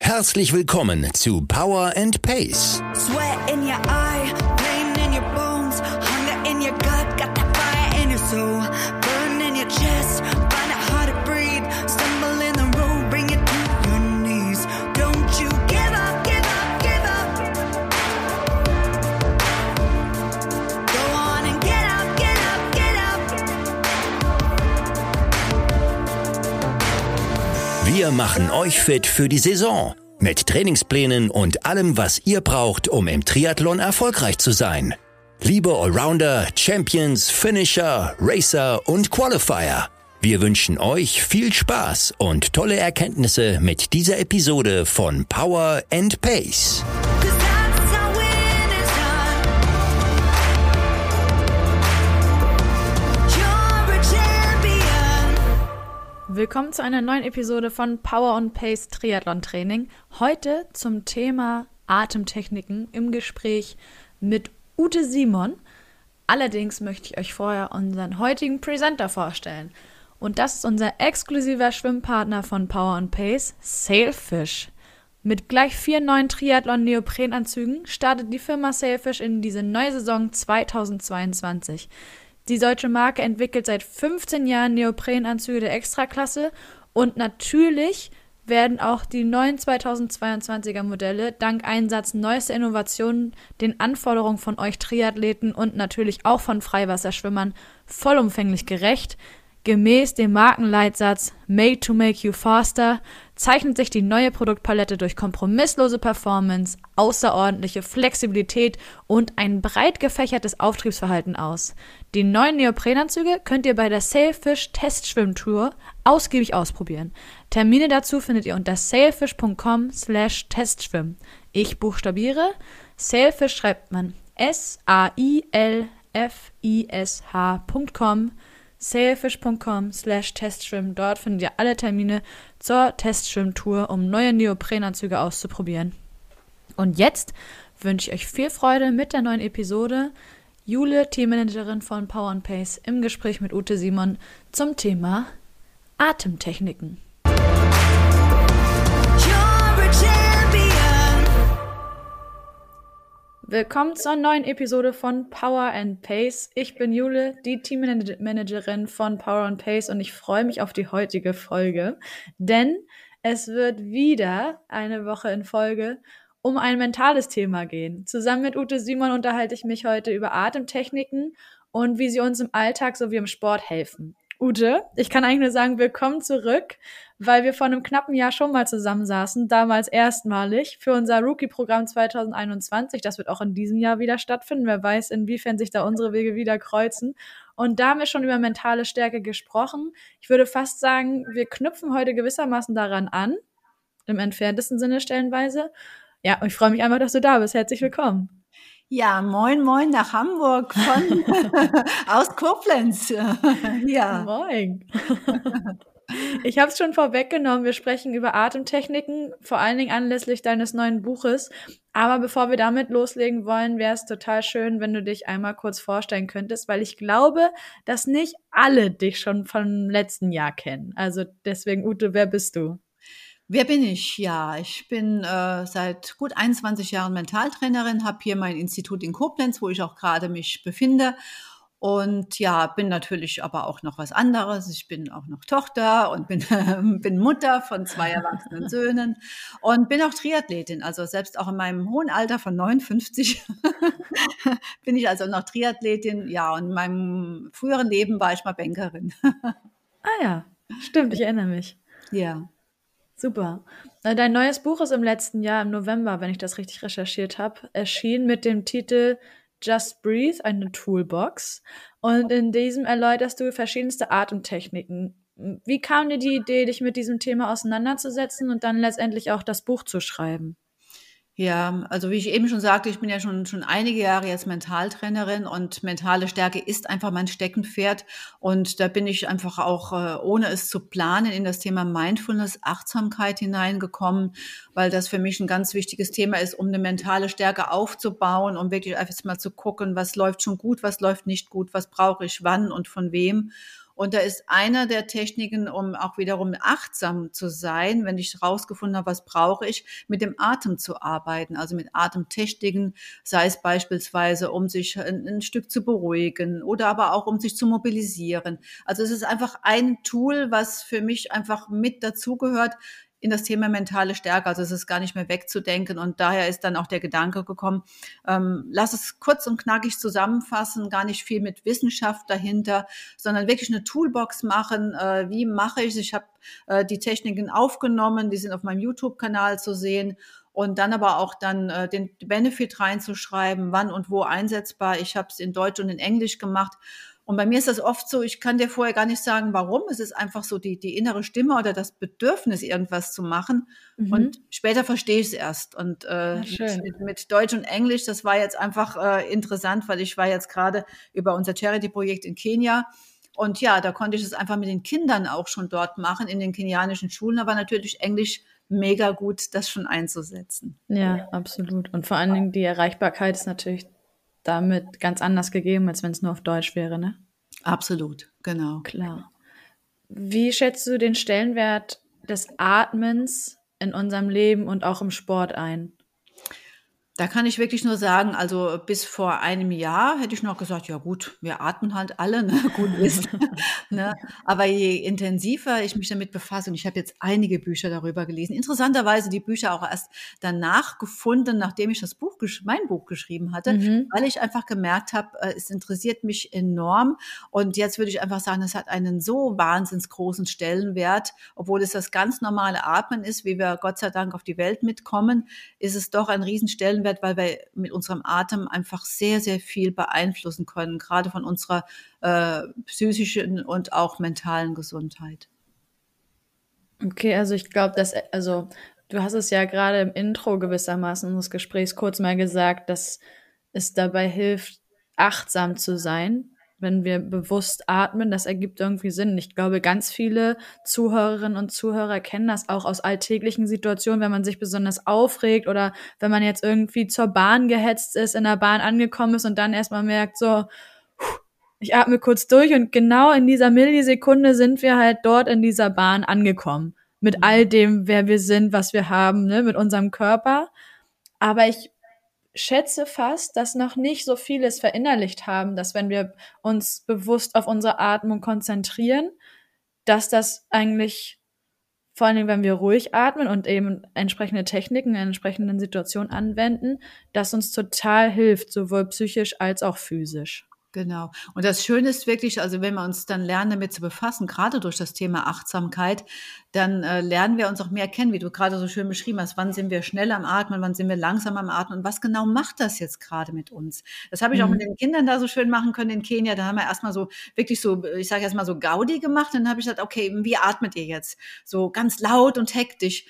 Herzlich willkommen zu Power and Pace. Sweat in your eye, pain in your bones, hunger in your gut, got that fire in your soul, burn in your chest, find it hard to breathe, stumble in the road, bring it to your knees. Don't you give up, give up, give up. Go on and get up, get up, get up. Wir machen euch fit für die Saison. Mit Trainingsplänen und allem, was ihr braucht, um im Triathlon erfolgreich zu sein. Liebe Allrounder, Champions, Finisher, Racer und Qualifier. Wir wünschen euch viel Spaß und tolle Erkenntnisse mit dieser Episode von Power and Pace. Willkommen zu einer neuen Episode von Power and Pace Triathlon Training. Heute zum Thema Atemtechniken im Gespräch mit Ute Simon. Allerdings möchte ich euch vorher unseren heutigen Presenter vorstellen. Und das ist unser exklusiver Schwimmpartner von Power and Pace, Sailfish. Mit gleich 4 neuen Triathlon-Neoprenanzügen startet die Firma Sailfish in diese neue Saison 2022. Die deutsche Marke entwickelt seit 15 Jahren Neoprenanzüge der Extraklasse und natürlich werden auch die neuen 2022er Modelle dank Einsatz neuester Innovationen den Anforderungen von euch Triathleten und natürlich auch von Freiwasserschwimmern vollumfänglich gerecht. Gemäß dem Markenleitsatz Made to make you faster zeichnet sich die neue Produktpalette durch kompromisslose Performance, außerordentliche Flexibilität und ein breit gefächertes Auftriebsverhalten aus. Die neuen Neoprenanzüge könnt ihr bei der Sailfish Testschwimmtour ausgiebig ausprobieren. Termine dazu findet ihr unter sailfish.com/testschwimmen. Ich buchstabiere. Sailfish schreibt man SAILFISH.com. sailfish.com/testschwimmen. Dort findet ihr alle Termine zur Testschwimmtour, um neue Neoprenanzüge auszuprobieren. Und jetzt wünsche ich euch viel Freude mit der neuen Episode. Jule, Teammanagerin von Power and Pace, im Gespräch mit Ute Simon zum Thema Atemtechniken. Willkommen zur neuen Episode von Power and Pace. Ich bin Jule, die Teammanagerin von Power and Pace und ich freue mich auf die heutige Folge, denn es wird wieder eine Woche in Folge um ein mentales Thema gehen. Zusammen mit Ute Simon unterhalte ich mich heute über Atemtechniken und wie sie uns im Alltag sowie im Sport helfen. Ute, ich kann eigentlich nur sagen, willkommen zurück, weil wir vor einem knappen Jahr schon mal zusammensaßen, damals erstmalig für unser Rookie-Programm 2021. Das wird auch in diesem Jahr wieder stattfinden. Wer weiß, inwiefern sich da unsere Wege wieder kreuzen. Und da haben wir schon über mentale Stärke gesprochen. Ich würde fast sagen, wir knüpfen heute gewissermaßen daran an, im entferntesten Sinne stellenweise. Ja, und ich freue mich einfach, dass du da bist. Herzlich willkommen. Ja, moin, moin nach Hamburg von aus Koblenz. Ja. Moin. Ich habe es schon vorweggenommen, wir sprechen über Atemtechniken, vor allen Dingen anlässlich deines neuen Buches. Aber bevor wir damit loslegen wollen, wäre es total schön, wenn du dich einmal kurz vorstellen könntest, weil ich glaube, dass nicht alle dich schon vom letzten Jahr kennen. Also deswegen, Ute, wer bist du? Wer bin ich? Ja, ich bin seit gut 21 Jahren Mentaltrainerin, habe hier mein Institut in Koblenz, wo ich auch gerade mich befinde. Und ja, bin natürlich aber auch noch was anderes. Ich bin auch noch Tochter und bin Mutter von 2 erwachsenen Söhnen und bin auch Triathletin. Also selbst auch in meinem hohen Alter von 59 bin ich also noch Triathletin. Ja, und in meinem früheren Leben war ich mal Bankerin. Ah ja, stimmt, ich erinnere mich. Ja. Super. Dein neues Buch ist im letzten Jahr, im November, wenn ich das richtig recherchiert habe, erschienen mit dem Titel Just Breathe, eine Toolbox. Und in diesem erläuterst du verschiedenste Atemtechniken. Wie kam dir die Idee, dich mit diesem Thema auseinanderzusetzen und dann letztendlich auch das Buch zu schreiben? Ja, also wie ich eben schon sagte, ich bin ja schon einige Jahre jetzt Mentaltrainerin und mentale Stärke ist einfach mein Steckenpferd und da bin ich einfach auch, ohne es zu planen, in das Thema Mindfulness, Achtsamkeit hineingekommen, weil das für mich ein ganz wichtiges Thema ist, um eine mentale Stärke aufzubauen, um wirklich einfach mal zu gucken, was läuft schon gut, was läuft nicht gut, was brauche ich wann und von wem. Und da ist einer der Techniken, um auch wiederum achtsam zu sein, wenn ich rausgefunden habe, was brauche ich, mit dem Atem zu arbeiten, also mit Atemtechniken, sei es beispielsweise, um sich ein Stück zu beruhigen oder aber auch, um sich zu mobilisieren. Also es ist einfach ein Tool, was für mich einfach mit dazugehört in das Thema mentale Stärke. Also es ist gar nicht mehr wegzudenken. Und daher ist dann auch der Gedanke gekommen, lass es kurz und knackig zusammenfassen, gar nicht viel mit Wissenschaft dahinter, sondern wirklich eine Toolbox machen. Wie mache ich es? Ich habe die Techniken aufgenommen, die sind auf meinem YouTube-Kanal zu sehen. Und dann aber auch dann den Benefit reinzuschreiben, wann und wo einsetzbar. Ich habe es in Deutsch und in Englisch gemacht. Und bei mir ist das oft so, ich kann dir vorher gar nicht sagen, warum. Es ist einfach so die innere Stimme oder das Bedürfnis, irgendwas zu machen. Und später verstehe ich es erst. Und schön. mit Deutsch und Englisch, das war jetzt einfach interessant, weil ich war jetzt gerade über unser Charity-Projekt in Kenia. Und ja, da konnte ich es einfach mit den Kindern auch schon dort machen, in den kenianischen Schulen. Aber natürlich Englisch mega gut, das schon einzusetzen. Ja, absolut. Und vor allen Dingen die Erreichbarkeit ist natürlich damit ganz anders gegeben, als wenn es nur auf Deutsch wäre, ne? Absolut, genau. Klar. Wie schätzt du den Stellenwert des Atmens in unserem Leben und auch im Sport ein? Da kann ich wirklich nur sagen, also bis vor einem Jahr hätte ich noch gesagt, ja gut, wir atmen halt alle, ne, gut ist. Ne? Aber je intensiver ich mich damit befasse, und ich habe jetzt einige Bücher darüber gelesen, interessanterweise die Bücher auch erst danach gefunden, nachdem ich mein Buch geschrieben hatte, weil ich einfach gemerkt habe, es interessiert mich enorm. Und jetzt würde ich einfach sagen, es hat einen so wahnsinns großen Stellenwert, obwohl es das ganz normale Atmen ist, wie wir Gott sei Dank auf die Welt mitkommen, ist es doch ein Riesenstellenwert, weil wir mit unserem Atem einfach sehr, sehr viel beeinflussen können, gerade von unserer psychischen und auch mentalen Gesundheit. Okay, also ich glaube, du hast es ja gerade im Intro gewissermaßen unseres Gesprächs kurz mal gesagt, dass es dabei hilft, achtsam zu sein, wenn wir bewusst atmen. Das ergibt irgendwie Sinn. Ich glaube, ganz viele Zuhörerinnen und Zuhörer kennen das auch aus alltäglichen Situationen, wenn man sich besonders aufregt oder wenn man jetzt irgendwie zur Bahn gehetzt ist, in der Bahn angekommen ist und dann erstmal merkt, so, ich atme kurz durch und genau in dieser Millisekunde sind wir halt dort in dieser Bahn angekommen. Mit all dem, wer wir sind, was wir haben, ne, mit unserem Körper. Aber ich schätze fast, dass noch nicht so viele es verinnerlicht haben, dass wenn wir uns bewusst auf unsere Atmung konzentrieren, dass das eigentlich, vor allen Dingen, wenn wir ruhig atmen und eben entsprechende Techniken in entsprechenden Situationen anwenden, das uns total hilft, sowohl psychisch als auch physisch. Genau. Und das Schöne ist wirklich, also wenn wir uns dann lernen, damit zu befassen, gerade durch das Thema Achtsamkeit, dann lernen wir uns auch mehr kennen, wie du gerade so schön beschrieben hast. Wann sind wir schnell am Atmen, wann sind wir langsam am Atmen und was genau macht das jetzt gerade mit uns? Das habe ich auch mit den Kindern da so schön machen können in Kenia. Da haben wir erstmal so wirklich so, ich sage jetzt mal so Gaudi gemacht. Dann habe ich gesagt, okay, wie atmet ihr jetzt? So ganz laut und hektisch.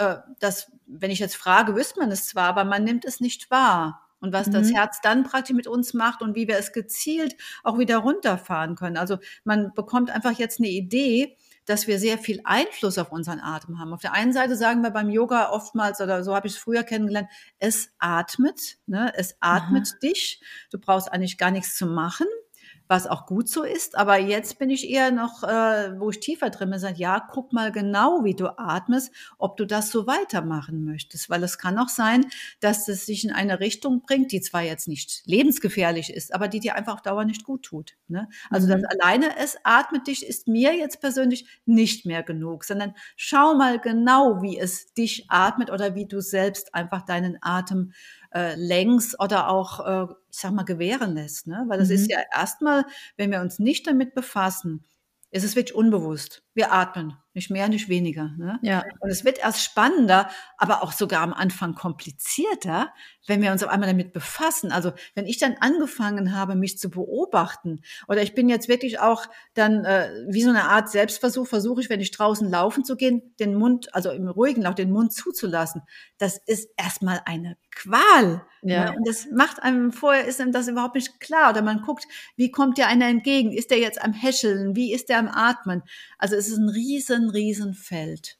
Wenn ich jetzt frage, wüsste man es zwar, aber man nimmt es nicht wahr. Und was das Herz dann praktisch mit uns macht und wie wir es gezielt auch wieder runterfahren können. Also man bekommt einfach jetzt eine Idee, dass wir sehr viel Einfluss auf unseren Atem haben. Auf der einen Seite sagen wir beim Yoga oftmals, oder so habe ich es früher kennengelernt, es atmet, ne? Es atmet dich. Du brauchst eigentlich gar nichts zu machen, was auch gut so ist. Aber jetzt bin ich eher noch, wo ich tiefer drin bin, sage, ja, guck mal genau, wie du atmest, ob du das so weitermachen möchtest. Weil es kann auch sein, dass es sich in eine Richtung bringt, die zwar jetzt nicht lebensgefährlich ist, aber die dir einfach auf Dauer nicht gut tut. Ne? Also das alleine, es atmet dich, ist mir jetzt persönlich nicht mehr genug, sondern schau mal genau, wie es dich atmet oder wie du selbst einfach deinen Atem längst oder auch, ich sag mal, gewähren lässt. Ne? Weil das ist ja erstmal, wenn wir uns nicht damit befassen, ist es wirklich unbewusst. Wir atmen, nicht mehr, nicht weniger. Ne? Ja. Und es wird erst spannender, aber auch sogar am Anfang komplizierter, wenn wir uns auf einmal damit befassen. Also wenn ich dann angefangen habe, mich zu beobachten, oder ich bin jetzt wirklich auch dann wie so eine Art Selbstversuch, versuche ich, wenn ich draußen laufen zu gehen, den Mund, also im ruhigen Lauf, den Mund zuzulassen. Das ist erstmal eine Qual. Ja. Ne? Und das macht einem, vorher ist einem das überhaupt nicht klar. Oder man guckt, wie kommt dir einer entgegen? Ist der jetzt am Häscheln? Wie ist der am Atmen? Also es ist ein riesen Feld.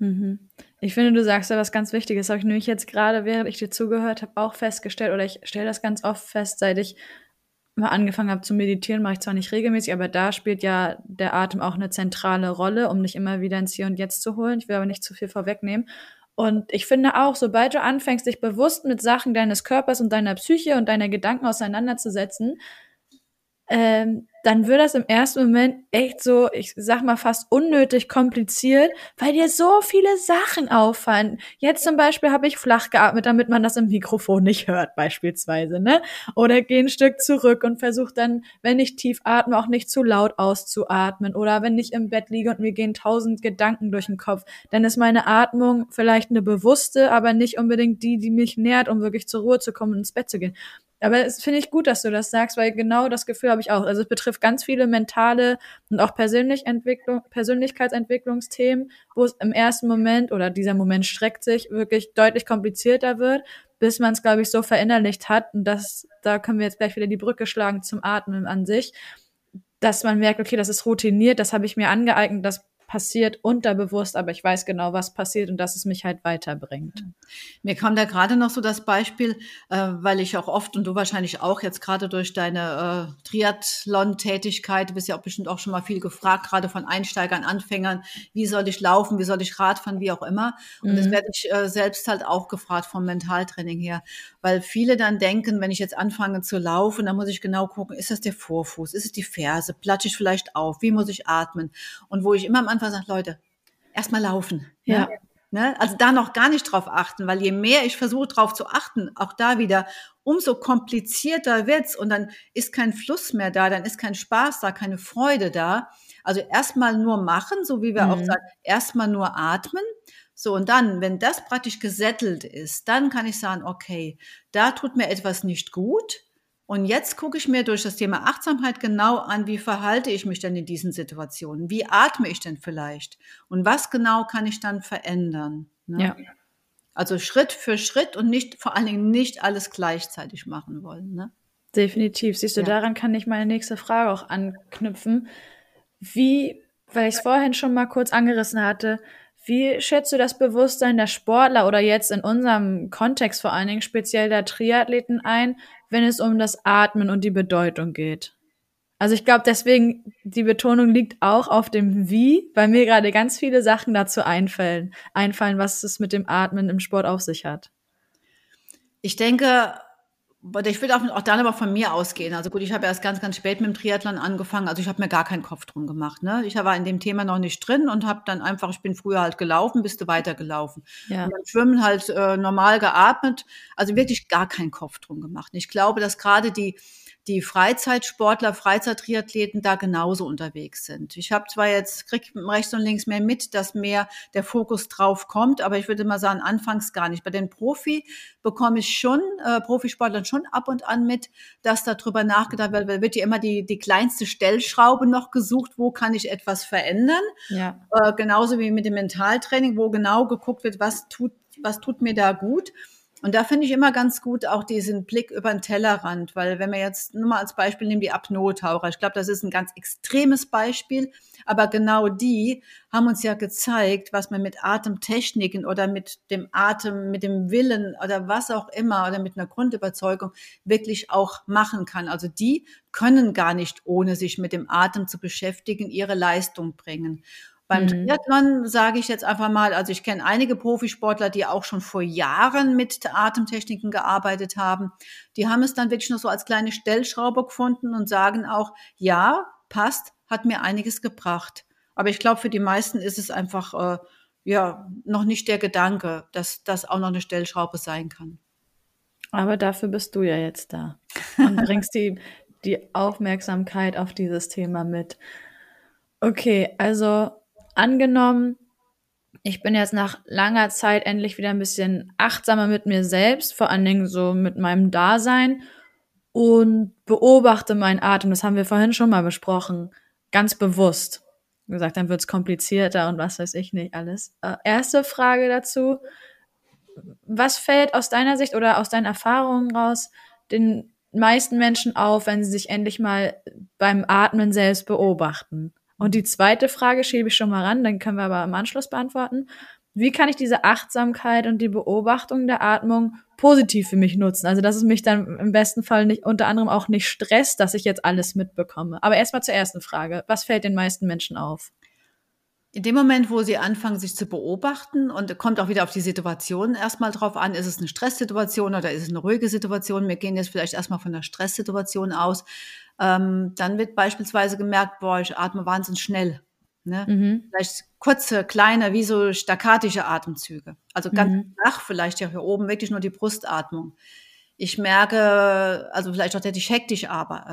Ich finde, du sagst ja was ganz Wichtiges. Das habe ich nämlich jetzt gerade, während ich dir zugehört habe, auch festgestellt, oder ich stelle das ganz oft fest, seit ich mal angefangen habe zu meditieren, mache ich zwar nicht regelmäßig, aber da spielt ja der Atem auch eine zentrale Rolle, um dich immer wieder ins Hier und Jetzt zu holen. Ich will aber nicht zu viel vorwegnehmen. Und ich finde auch, sobald du anfängst, dich bewusst mit Sachen deines Körpers und deiner Psyche und deiner Gedanken auseinanderzusetzen, dann wird das im ersten Moment echt so, ich sag mal fast unnötig kompliziert, weil dir so viele Sachen auffallen. Jetzt zum Beispiel habe ich flach geatmet, damit man das im Mikrofon nicht hört beispielsweise, ne? Oder gehe ein Stück zurück und versuche dann, wenn ich tief atme, auch nicht zu laut auszuatmen. Oder wenn ich im Bett liege und mir gehen 1000 Gedanken durch den Kopf, dann ist meine Atmung vielleicht eine bewusste, aber nicht unbedingt die mich nährt, um wirklich zur Ruhe zu kommen und ins Bett zu gehen. Aber es finde ich gut, dass du das sagst, weil genau das Gefühl habe ich auch. Also es betrifft ganz viele mentale und auch Persönlichkeitsentwicklungsthemen, wo es im ersten Moment oder dieser Moment streckt sich, wirklich deutlich komplizierter wird, bis man es, glaube ich, so verinnerlicht hat. Und da können wir jetzt gleich wieder die Brücke schlagen zum Atmen an sich, dass man merkt, okay, das ist routiniert, das habe ich mir angeeignet, das passiert unterbewusst, aber ich weiß genau, was passiert und dass es mich halt weiterbringt. Mir kam da gerade noch so das Beispiel, weil ich auch oft und du wahrscheinlich auch jetzt gerade durch deine Triathlon-Tätigkeit, du bist ja auch bestimmt auch schon mal viel gefragt, gerade von Einsteigern, Anfängern, wie soll ich laufen, wie soll ich Radfahren, wie auch immer. Und das werde ich selbst halt auch gefragt vom Mentaltraining her, weil viele dann denken, wenn ich jetzt anfange zu laufen, dann muss ich genau gucken, ist das der Vorfuß, ist es die Ferse, platsche ich vielleicht auf, wie muss ich atmen? Und wo ich immer am Anfang sage, Leute, erstmal laufen. Ja. Ne? Also da noch gar nicht drauf achten, weil je mehr ich versuche drauf zu achten, auch da wieder, umso komplizierter wird's und dann ist kein Fluss mehr da, dann ist kein Spaß da, keine Freude da. Also erstmal nur machen, so wie wir auch sagen, erstmal nur atmen. So, und dann, wenn das praktisch gesettelt ist, dann kann ich sagen, okay, da tut mir etwas nicht gut. Und jetzt gucke ich mir durch das Thema Achtsamkeit genau an, wie verhalte ich mich denn in diesen Situationen? Wie atme ich denn vielleicht? Und was genau kann ich dann verändern? Ne? Ja. Also Schritt für Schritt und nicht, vor allen Dingen nicht alles gleichzeitig machen wollen. Ne? Definitiv. Siehst du, Ja. daran kann ich meine nächste Frage auch anknüpfen. Weil ich es vorhin schon mal kurz angerissen hatte, wie schätzt du das Bewusstsein der Sportler oder jetzt in unserem Kontext vor allen Dingen speziell der Triathleten ein, wenn es um das Atmen und die Bedeutung geht? Also ich glaube, deswegen, die Betonung liegt auch auf dem Wie, weil mir gerade ganz viele Sachen dazu einfallen, was es mit dem Atmen im Sport auf sich hat. Ich denke, ich will auch dann aber von mir ausgehen. Also gut, ich habe erst ganz, ganz spät mit dem Triathlon angefangen. Also ich habe mir gar keinen Kopf drum gemacht. Ne? Ich war in dem Thema noch nicht drin und habe dann einfach, ich bin früher halt gelaufen, bist du weitergelaufen. Ja. Und beim Schwimmen halt normal geatmet. Also wirklich gar keinen Kopf drum gemacht. Und ich glaube, dass gerade die Freizeitsportler, Freizeittriathleten da genauso unterwegs sind. Ich habe zwar jetzt, krieg rechts und links mehr mit, dass mehr der Fokus drauf kommt, aber ich würde mal sagen, anfangs gar nicht. Bei den Profisportlern schon ab und an mit, dass darüber nachgedacht wird, weil wird ja immer die kleinste Stellschraube noch gesucht, wo kann ich etwas verändern. Ja. Genauso wie mit dem Mentaltraining, wo genau geguckt wird, was tut mir da gut. Und da finde ich immer ganz gut auch diesen Blick über den Tellerrand, weil wenn wir jetzt nur mal als Beispiel nehmen, die Apnoe-Taucher, ich glaube, das ist ein ganz extremes Beispiel, aber genau die haben uns ja gezeigt, was man mit Atemtechniken oder mit dem Atem, mit dem Willen oder was auch immer oder mit einer Grundüberzeugung wirklich auch machen kann. Also die können gar nicht, ohne sich mit dem Atem zu beschäftigen, ihre Leistung bringen. Beim Triathlon sage ich jetzt einfach mal, also ich kenne einige Profisportler, die auch schon vor Jahren mit Atemtechniken gearbeitet haben. Die haben es dann wirklich nur so als kleine Stellschraube gefunden und sagen auch, ja, passt, hat mir einiges gebracht. Aber ich glaube, für die meisten ist es einfach noch nicht der Gedanke, dass das auch noch eine Stellschraube sein kann. Aber dafür bist du ja jetzt da und bringst die Aufmerksamkeit auf dieses Thema mit. Okay, also angenommen, ich bin jetzt nach langer Zeit endlich wieder ein bisschen achtsamer mit mir selbst, vor allen Dingen so mit meinem Dasein und beobachte meinen Atem. Das haben wir vorhin schon mal besprochen, ganz bewusst. Wie gesagt, dann wird's komplizierter und was weiß ich nicht alles. Erste Frage dazu. Was fällt aus deiner Sicht oder aus deinen Erfahrungen raus den meisten Menschen auf, wenn sie sich endlich mal beim Atmen selbst beobachten? Und die zweite Frage schiebe ich schon mal ran, dann können wir aber im Anschluss beantworten. wie kann ich diese Achtsamkeit und die Beobachtung der Atmung positiv für mich nutzen? Also, dass es mich dann im besten Fall nicht, unter anderem auch nicht stresst, dass ich jetzt alles mitbekomme. Aber erstmal zur ersten Frage. Was fällt den meisten Menschen auf? In dem Moment, wo sie anfangen, sich zu beobachten, und kommt auch wieder auf die Situation erstmal drauf an, ist es eine Stresssituation oder ist es eine ruhige Situation? Wir gehen jetzt vielleicht erstmal von der Stresssituation aus. Dann wird beispielsweise gemerkt, boah, ich atme wahnsinnig schnell. Ne? Vielleicht kurze, kleine, wie so staccatische Atemzüge. Also ganz flach, vielleicht ja hier oben wirklich nur die Brustatmung. Ich merke, also vielleicht auch, dass ich hektisch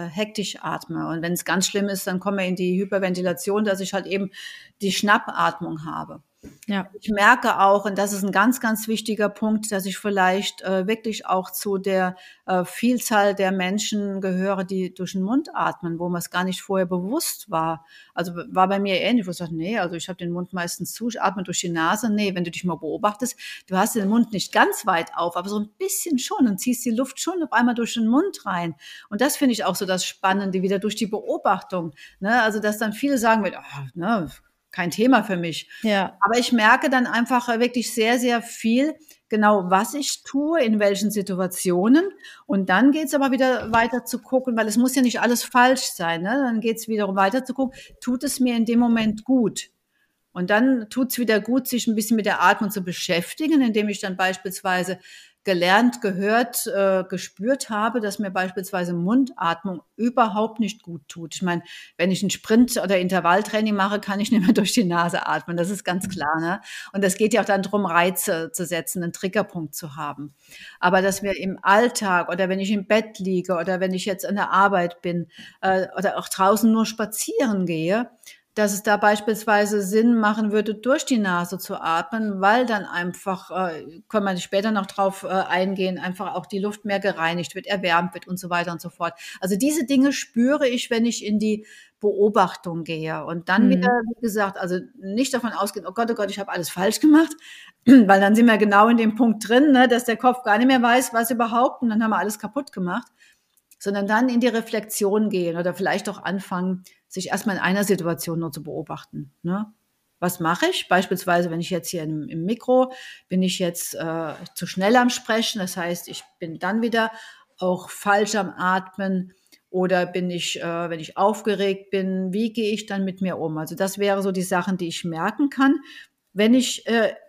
atme. Und wenn es ganz schlimm ist, dann kommen wir in die Hyperventilation, dass ich halt eben die Schnappatmung habe. Ja. Ich merke auch, und das ist ein ganz, ganz wichtiger Punkt, dass ich vielleicht wirklich auch zu der Vielzahl der Menschen gehöre, die durch den Mund atmen, wo mir es gar nicht vorher bewusst war. Also war bei mir ähnlich, wo ich sage, nee, also ich habe den Mund meistens zu, ich atme durch die Nase. Nee, wenn du dich mal beobachtest, du hast den Mund nicht ganz weit auf, aber so ein bisschen schon und ziehst die Luft schon auf einmal durch den Mund rein. Und das finde ich auch so das Spannende, wieder durch die Beobachtung. Ne? Also dass dann viele sagen, ne, kein Thema für mich. Ja. Aber ich merke dann einfach wirklich sehr, sehr viel, genau was ich tue, in welchen Situationen. Und dann geht's aber wieder weiter zu gucken, weil es muss ja nicht alles falsch sein. Ne? Dann geht's wiederum weiter zu gucken, tut es mir in dem Moment gut? Und dann tut's wieder gut, sich ein bisschen mit der Atmung zu beschäftigen, indem ich dann beispielsweise gelernt, gehört, gespürt habe, dass mir beispielsweise Mundatmung überhaupt nicht gut tut. Ich meine, wenn ich einen Sprint- oder Intervalltraining mache, kann ich nicht mehr durch die Nase atmen. Das ist ganz klar. Ne? Und das geht ja auch dann darum, Reize zu setzen, einen Triggerpunkt zu haben. Aber dass wir im Alltag oder wenn ich im Bett liege oder wenn ich jetzt an der Arbeit bin oder auch draußen nur spazieren gehe, dass es da beispielsweise Sinn machen würde, durch die Nase zu atmen, weil dann einfach, können wir später noch drauf eingehen, einfach auch die Luft mehr gereinigt wird, erwärmt wird und so weiter und so fort. Also diese Dinge spüre ich, wenn ich in die Beobachtung gehe. Und dann wieder, wie gesagt, also nicht davon ausgehen, oh Gott, ich habe alles falsch gemacht, weil dann sind wir genau in dem Punkt drin, ne, dass der Kopf gar nicht mehr weiß, was überhaupt, und dann haben wir alles kaputt gemacht. Sondern dann in die Reflexion gehen oder vielleicht auch anfangen, sich erstmal in einer Situation nur zu beobachten. Ne? Was mache ich? Beispielsweise, wenn ich jetzt hier im Mikro, bin ich jetzt zu schnell am Sprechen, das heißt, ich bin dann wieder auch falsch am Atmen, oder bin ich, wenn ich aufgeregt bin, wie gehe ich dann mit mir um? Also das wäre so die Sachen, die ich merken kann, wenn ich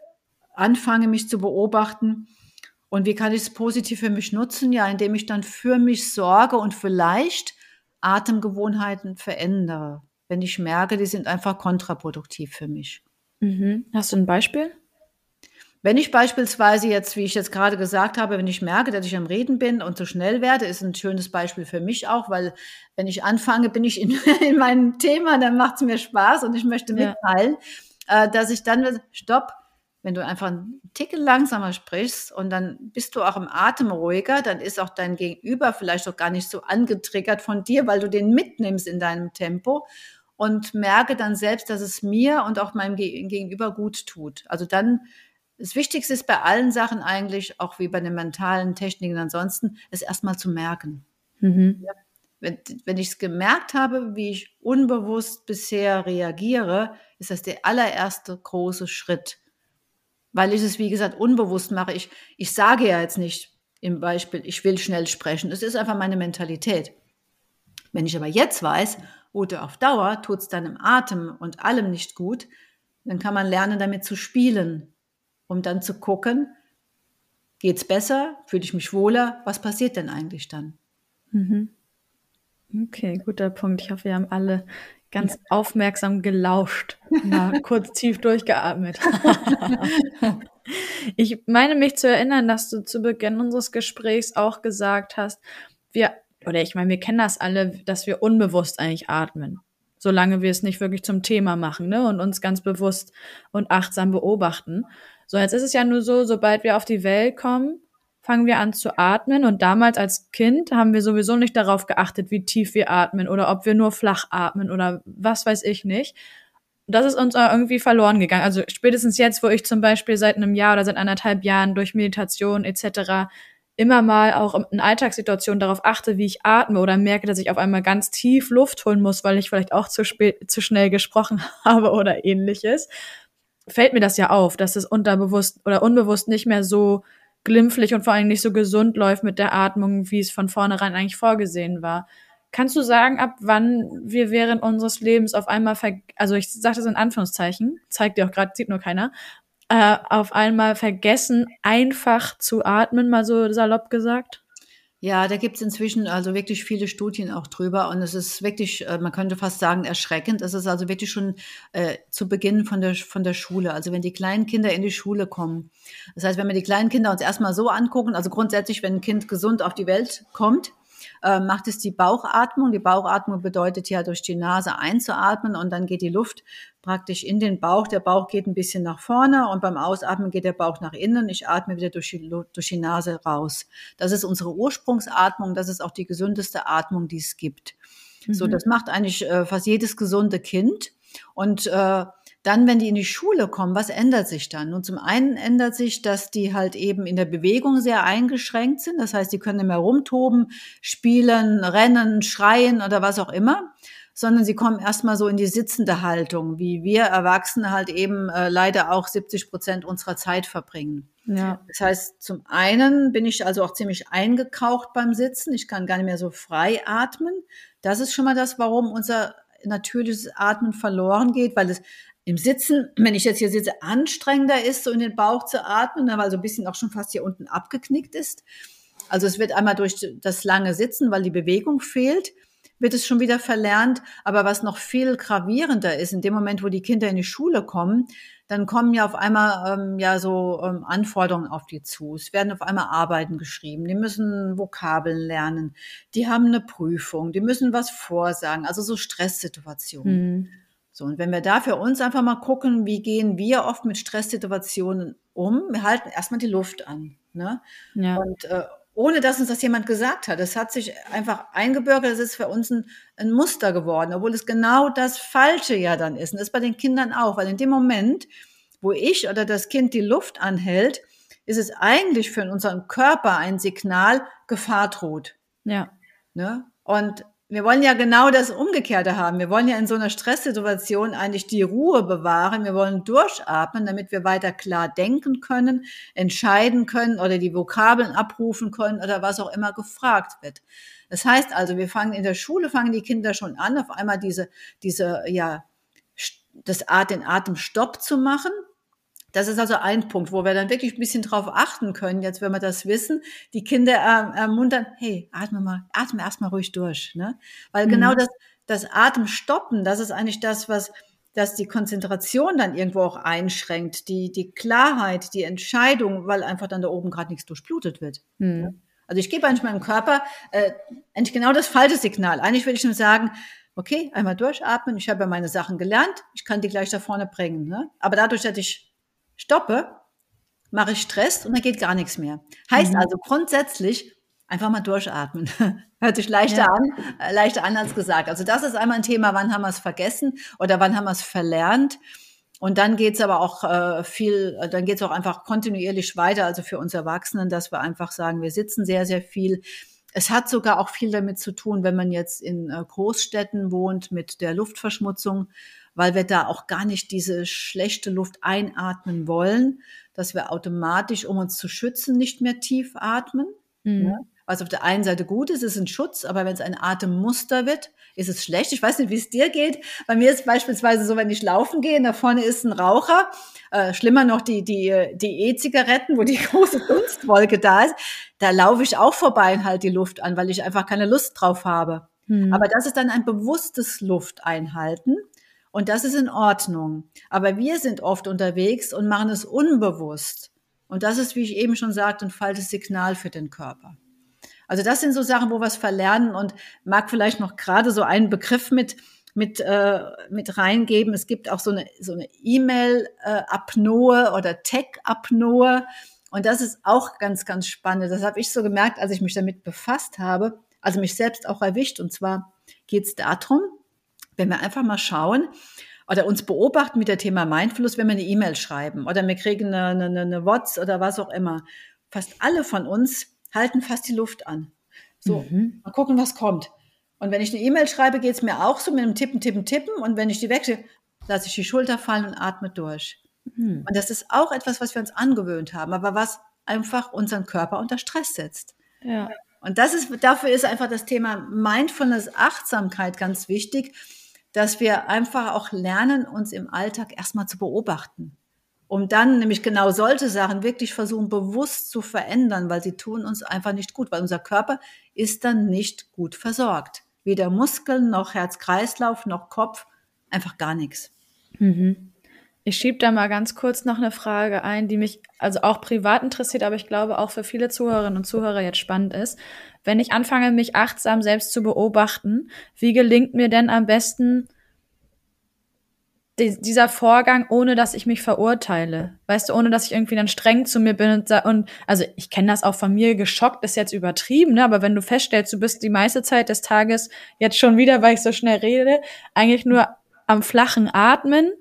anfange, mich zu beobachten. Und wie kann ich es positiv für mich nutzen? Ja, indem ich dann für mich sorge und vielleicht Atemgewohnheiten verändere, wenn ich merke, die sind einfach kontraproduktiv für mich. Hast du ein Beispiel? Wenn ich beispielsweise jetzt, wie ich jetzt gerade gesagt habe, wenn ich merke, dass ich am Reden bin und zu schnell werde, ist ein schönes Beispiel für mich auch, weil wenn ich anfange, bin ich in meinem Thema, dann macht es mir Spaß und ich möchte mitteilen, dass ich dann, stopp, wenn du einfach einen Ticken langsamer sprichst und dann bist du auch im Atem ruhiger, dann ist auch dein Gegenüber vielleicht auch gar nicht so angetriggert von dir, weil du den mitnimmst in deinem Tempo, und merke dann selbst, dass es mir und auch meinem Gegenüber gut tut. Also dann, das Wichtigste ist bei allen Sachen eigentlich, auch wie bei den mentalen Techniken ansonsten, es erstmal zu merken. Ja. Wenn ich es gemerkt habe, wie ich unbewusst bisher reagiere, ist das der allererste große Schritt. Weil ich es, wie gesagt, unbewusst mache. Ich sage ja jetzt nicht im Beispiel, ich will schnell sprechen. Es ist einfach meine Mentalität. Wenn ich aber jetzt weiß, oder auf Dauer tut es dann im Atem und allem nicht gut, dann kann man lernen, damit zu spielen, um dann zu gucken, geht's besser, fühle ich mich wohler, was passiert denn eigentlich dann? Okay, guter Punkt. Ich hoffe, wir haben alle ganz aufmerksam gelauscht, mal kurz tief durchgeatmet. Ich meine mich zu erinnern, dass du zu Beginn unseres Gesprächs auch gesagt hast, wir kennen das alle, dass wir unbewusst eigentlich atmen, solange wir es nicht wirklich zum Thema machen, ne, und uns ganz bewusst und achtsam beobachten. So, jetzt ist es ja nur so, sobald wir auf die Welt kommen, fangen wir an zu atmen, und damals als Kind haben wir sowieso nicht darauf geachtet, wie tief wir atmen oder ob wir nur flach atmen oder was weiß ich nicht. Das ist uns irgendwie verloren gegangen. Also spätestens jetzt, wo ich zum Beispiel seit einem Jahr oder seit 1,5 Jahren durch Meditation etc. immer mal auch in Alltagssituationen darauf achte, wie ich atme, oder merke, dass ich auf einmal ganz tief Luft holen muss, weil ich vielleicht auch zu schnell gesprochen habe oder ähnliches, fällt mir das ja auf, dass es unterbewusst oder unbewusst nicht mehr so glimpflich und vor allem nicht so gesund läuft mit der Atmung, wie es von vornherein eigentlich vorgesehen war. Kannst du sagen, ab wann wir während unseres Lebens auf einmal, also ich sage das in Anführungszeichen, zeigt dir auch gerade, sieht nur keiner, auf einmal vergessen, einfach zu atmen, mal so salopp gesagt? Ja, da gibt's inzwischen also wirklich viele Studien auch drüber und es ist wirklich, man könnte fast sagen, erschreckend. Es ist also wirklich schon zu Beginn von der Schule, also wenn die kleinen Kinder in die Schule kommen. Das heißt, wenn wir die kleinen Kinder uns erstmal so angucken, also grundsätzlich, wenn ein Kind gesund auf die Welt kommt, macht es die Bauchatmung. Die Bauchatmung bedeutet ja, durch die Nase einzuatmen und dann geht die Luft praktisch in den Bauch. Der Bauch geht ein bisschen nach vorne und beim Ausatmen geht der Bauch nach innen. Ich atme wieder durch die Nase raus. Das ist unsere Ursprungsatmung. Das ist auch die gesündeste Atmung, die es gibt. So, das macht eigentlich fast jedes gesunde Kind. Und dann, wenn die in die Schule kommen, was ändert sich dann? Und zum einen ändert sich, dass die halt eben in der Bewegung sehr eingeschränkt sind. Das heißt, die können nicht mehr rumtoben, spielen, rennen, schreien oder was auch immer, sondern sie kommen erstmal so in die sitzende Haltung, wie wir Erwachsene halt eben leider auch 70% unserer Zeit verbringen. Ja. Das heißt, zum einen bin ich also auch ziemlich eingekaucht beim Sitzen. Ich kann gar nicht mehr so frei atmen. Das ist schon mal das, warum unser natürliches Atmen verloren geht, weil es im Sitzen, wenn ich jetzt hier sitze, anstrengender ist, so in den Bauch zu atmen, weil so ein bisschen auch schon fast hier unten abgeknickt ist. Also es wird einmal durch das lange Sitzen, weil die Bewegung fehlt, wird es schon wieder verlernt. Aber was noch viel gravierender ist, in dem Moment, wo die Kinder in die Schule kommen, dann kommen ja auf einmal Anforderungen auf die zu. Es werden auf einmal Arbeiten geschrieben. Die müssen Vokabeln lernen. Die haben eine Prüfung. Die müssen was vorsagen. Also so Stresssituationen. So, und wenn wir da für uns einfach mal gucken, wie gehen wir oft mit Stresssituationen um? Wir halten erstmal die Luft an. Ne? Ja. Und ohne dass uns das jemand gesagt hat. Es hat sich einfach eingebürgert, es ist für uns ein Muster geworden, obwohl es genau das Falsche ja dann ist. Und das ist bei den Kindern auch, weil in dem Moment, wo ich oder das Kind die Luft anhält, ist es eigentlich für unseren Körper ein Signal, Gefahr droht. Ja. Ne? Und wir wollen ja genau das Umgekehrte haben. Wir wollen ja in so einer Stresssituation eigentlich die Ruhe bewahren. Wir wollen durchatmen, damit wir weiter klar denken können, entscheiden können oder die Vokabeln abrufen können oder was auch immer gefragt wird. Das heißt also, fangen die Kinder schon an, auf einmal den Atemstopp zu machen. Das ist also ein Punkt, wo wir dann wirklich ein bisschen drauf achten können, jetzt wenn wir das wissen, die Kinder ermuntern, hey, atme erstmal ruhig durch, ne? Weil genau das Atemstoppen, das ist eigentlich das die Konzentration dann irgendwo auch einschränkt, die Klarheit, die Entscheidung, weil einfach dann da oben gerade nichts durchblutet wird. Also ich gebe eigentlich meinem Körper eigentlich genau das falsche Signal. Eigentlich würde ich nur sagen, okay, einmal durchatmen, ich habe ja meine Sachen gelernt, ich kann die gleich da vorne bringen, ne? Aber dadurch, dass ich stoppe, mache ich Stress und dann geht gar nichts mehr. Heißt also grundsätzlich einfach mal durchatmen. Hört sich leichter an als gesagt. Also das ist einmal ein Thema, wann haben wir es vergessen oder wann haben wir es verlernt. Und dann geht's aber auch dann geht's auch einfach kontinuierlich weiter, also für uns Erwachsenen, dass wir einfach sagen, wir sitzen sehr, sehr viel. Es hat sogar auch viel damit zu tun, wenn man jetzt in Großstädten wohnt mit der Luftverschmutzung, weil wir da auch gar nicht diese schlechte Luft einatmen wollen, dass wir automatisch, um uns zu schützen, nicht mehr tief atmen. Ne? Was auf der einen Seite gut ist ein Schutz, aber wenn es ein Atemmuster wird, ist es schlecht. Ich weiß nicht, wie es dir geht. Bei mir ist beispielsweise so, wenn ich laufen gehe, da vorne ist ein Raucher, schlimmer noch die E-Zigaretten, wo die große Dunstwolke da ist, da laufe ich auch vorbei und halte die Luft an, weil ich einfach keine Lust drauf habe. Aber das ist dann ein bewusstes Lufteinhalten. Und das ist in Ordnung. Aber wir sind oft unterwegs und machen es unbewusst. Und das ist, wie ich eben schon sagte, ein falsches Signal für den Körper. Also das sind so Sachen, wo wir es verlernen und mag vielleicht noch gerade so einen Begriff mit reingeben. Es gibt auch so eine E-Mail-Apnoe oder Tech-Apnoe. Und das ist auch ganz, ganz spannend. Das habe ich so gemerkt, als ich mich damit befasst habe, also mich selbst auch erwischt. Und zwar geht es darum, wenn wir einfach mal schauen oder uns beobachten mit dem Thema Mindfulness, wenn wir eine E-Mail schreiben oder wir kriegen eine WhatsApp oder was auch immer. Fast alle von uns halten fast die Luft an. So, mal gucken, was kommt. Und wenn ich eine E-Mail schreibe, geht es mir auch so mit einem Tippen. Und wenn ich die wechsle, lasse ich die Schulter fallen und atme durch. Und das ist auch etwas, was wir uns angewöhnt haben, aber was einfach unseren Körper unter Stress setzt. Ja. Und dafür ist einfach das Thema Mindfulness, Achtsamkeit ganz wichtig, dass wir einfach auch lernen, uns im Alltag erstmal zu beobachten. Um dann nämlich genau solche Sachen wirklich versuchen, bewusst zu verändern, weil sie tun uns einfach nicht gut, weil unser Körper ist dann nicht gut versorgt. Weder Muskeln, noch Herz-Kreislauf, noch Kopf, einfach gar nichts. Ich schiebe da mal ganz kurz noch eine Frage ein, die mich also auch privat interessiert, aber ich glaube auch für viele Zuhörerinnen und Zuhörer jetzt spannend ist. Wenn ich anfange, mich achtsam selbst zu beobachten, wie gelingt mir denn am besten dieser Vorgang, ohne dass ich mich verurteile? Weißt du, ohne dass ich irgendwie dann streng zu mir bin und also ich kenne das auch von mir, geschockt ist jetzt übertrieben, ne? Aber wenn du feststellst, du bist die meiste Zeit des Tages jetzt schon wieder, weil ich so schnell rede, eigentlich nur am flachen Atmen,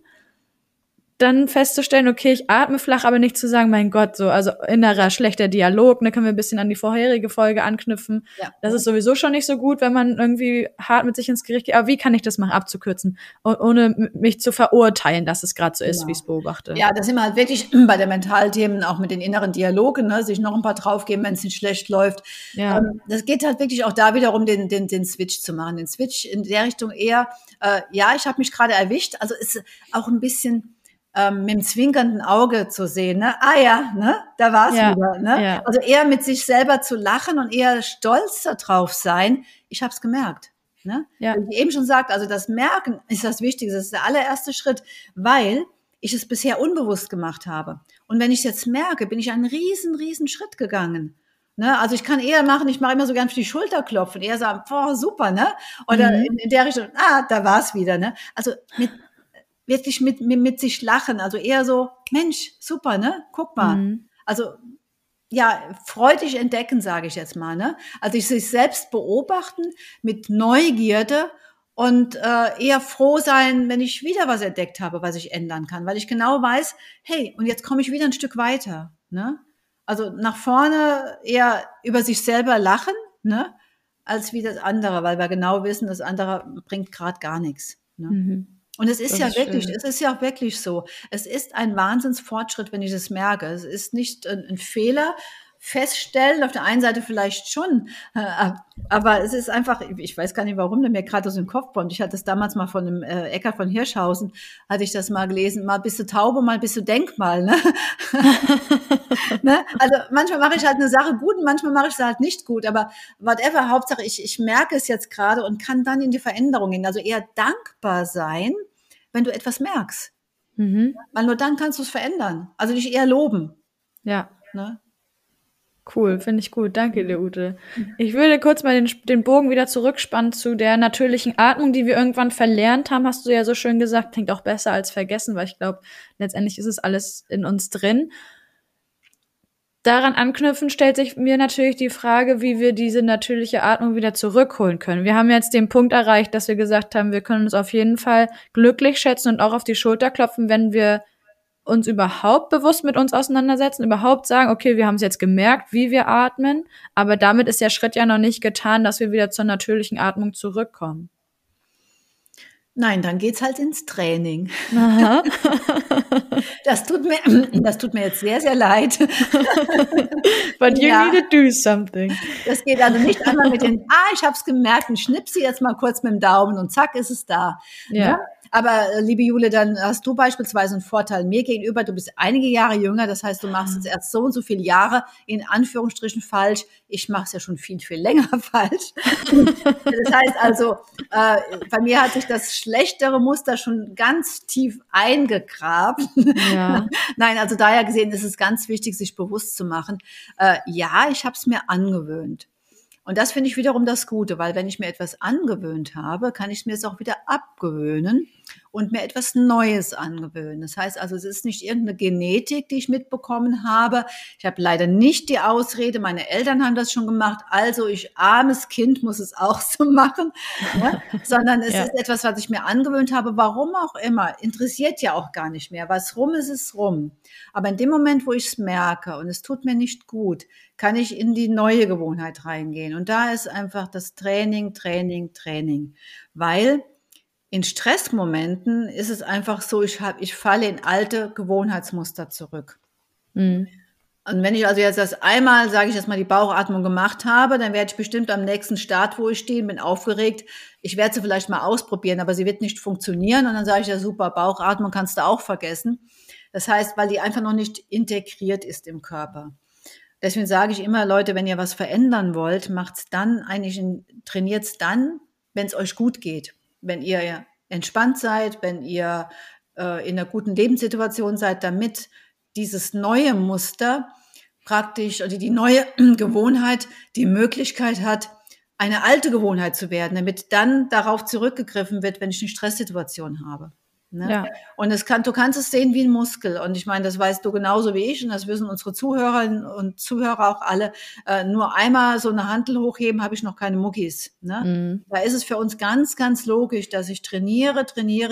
dann festzustellen, okay, ich atme flach, aber nicht zu sagen, mein Gott, so, also innerer schlechter Dialog, ne, können wir ein bisschen an die vorherige Folge anknüpfen. Ja. Das ist sowieso schon nicht so gut, wenn man irgendwie hart mit sich ins Gericht geht. Aber wie kann ich das machen, abzukürzen, ohne mich zu verurteilen, dass es gerade so ist, wie ich es beobachte? Ja, da sind wir halt wirklich bei den Mentalthemen, auch mit den inneren Dialogen, ne, sich noch ein paar draufgeben, wenn es nicht schlecht läuft. Ja. Das geht halt wirklich auch da wiederum, den Switch zu machen. Den Switch in der Richtung eher, ja, ich habe mich gerade erwischt, also ist auch ein bisschen mit dem zwinkernden Auge zu sehen, ne? Ah ja, ne? Da war's wieder, ne? Ja. Also eher mit sich selber zu lachen und eher stolz darauf sein. Ich habe es gemerkt, ne? Ja. Wie ich eben schon sagte, also das Merken ist das Wichtigste, das ist der allererste Schritt, weil ich es bisher unbewusst gemacht habe. Und wenn ich es jetzt merke, bin ich einen riesen Schritt gegangen. Ne? Also ich kann eher machen, ich mache immer so gern für die Schulter klopfen, eher sagen, boah, super, ne? Oder in der Richtung, da war's wieder, ne? Also wirklich mit sich lachen, also eher so, Mensch, super, ne? Guck mal. Also ja, freudig entdecken, sage ich jetzt mal, ne? Also ich sich selbst beobachten mit Neugierde und eher froh sein, wenn ich wieder was entdeckt habe, was ich ändern kann, weil ich genau weiß, hey, und jetzt komme ich wieder ein Stück weiter, ne? Also nach vorne eher über sich selber lachen, ne? Als wie das andere, weil wir genau wissen, das andere bringt gerade gar nichts, ne? Und es ist ja wirklich, es ist ja auch wirklich so. Es ist ein Wahnsinnsfortschritt, wenn ich es merke. Es ist nicht ein Fehler. Feststellen, auf der einen Seite vielleicht schon, aber es ist einfach, ich weiß gar nicht, warum der mir gerade aus dem Kopf kommt. Ich hatte es damals mal von dem Eckhard von Hirschhausen, hatte ich das mal gelesen, mal bist du Taube, mal bist du Denkmal. Ne? Ne? Also manchmal mache ich halt eine Sache gut und manchmal mache ich sie halt nicht gut, aber whatever, Hauptsache ich merke es jetzt gerade und kann dann in die Veränderung gehen. Also eher dankbar sein, wenn du etwas merkst. Weil nur dann kannst du es verändern. Also dich eher loben. Ja. Ne? Cool, finde ich gut. Danke dir, Ute. Ich würde kurz mal den Bogen wieder zurückspannen zu der natürlichen Atmung, die wir irgendwann verlernt haben, hast du ja so schön gesagt. Klingt auch besser als vergessen, weil ich glaube, letztendlich ist es alles in uns drin. Daran anknüpfen stellt sich mir natürlich die Frage, wie wir diese natürliche Atmung wieder zurückholen können. Wir haben jetzt den Punkt erreicht, dass wir gesagt haben, wir können uns auf jeden Fall glücklich schätzen und auch auf die Schulter klopfen, wenn wir uns überhaupt bewusst mit uns auseinandersetzen, überhaupt sagen, okay, wir haben es jetzt gemerkt, wie wir atmen, aber damit ist der Schritt ja noch nicht getan, dass wir wieder zur natürlichen Atmung zurückkommen. Nein, dann geht's halt ins Training. Aha. Das tut mir jetzt sehr leid. But you need to do something. Das geht also nicht einmal mit den, ich habe es gemerkt und schnipse jetzt mal kurz mit dem Daumen und zack, ist es da. Ja. Ne? Aber liebe Jule, dann hast du beispielsweise einen Vorteil mir gegenüber. Du bist einige Jahre jünger, das heißt, du machst es erst so und so viele Jahre in Anführungsstrichen falsch. Ich mache es ja schon viel länger falsch. Das heißt also, bei mir hat sich das schlechtere Muster schon ganz tief eingegraben. Ja. Nein, also daher gesehen ist es ganz wichtig, sich bewusst zu machen. Ja, ich habe es mir angewöhnt. Und das finde ich wiederum das Gute, weil wenn ich mir etwas angewöhnt habe, kann ich mir es auch wieder abgewöhnen und mir etwas Neues angewöhnen. Das heißt also, es ist nicht irgendeine Genetik, die ich mitbekommen habe. Ich habe leider nicht die Ausrede, meine Eltern haben das schon gemacht, also ich armes Kind muss es auch so machen, ne? Sondern es ist etwas, was ich mir angewöhnt habe, warum auch immer, interessiert ja auch gar nicht mehr. Was rum ist, ist rum. Aber in dem Moment, wo ich es merke und es tut mir nicht gut, kann ich in die neue Gewohnheit reingehen. Und da ist einfach das Training, weil in Stressmomenten ist es einfach so, ich falle in alte Gewohnheitsmuster zurück. Mhm. Und wenn ich also jetzt das einmal, sage ich jetzt mal, die Bauchatmung gemacht habe, dann werde ich bestimmt am nächsten Start, wo ich stehe, bin aufgeregt. Ich werde sie vielleicht mal ausprobieren, aber sie wird nicht funktionieren. Und dann sage ich, ja super, Bauchatmung kannst du auch vergessen. Das heißt, weil die einfach noch nicht integriert ist im Körper. Deswegen sage ich immer, Leute, wenn ihr was verändern wollt, trainiert's dann, wenn es euch gut geht. Wenn ihr entspannt seid, wenn ihr in einer guten Lebenssituation seid, damit dieses neue Muster praktisch, oder die neue Gewohnheit die Möglichkeit hat, eine alte Gewohnheit zu werden, damit dann darauf zurückgegriffen wird, wenn ich eine Stresssituation habe. Ne? Ja. Und du kannst es sehen wie ein Muskel. Und ich meine, das weißt du genauso wie ich und das wissen unsere Zuhörerinnen und Zuhörer auch alle. Nur einmal so eine Hantel hochheben, habe ich noch keine Muckis. Ne? Mhm. Da ist es für uns ganz, ganz logisch, dass ich trainiere.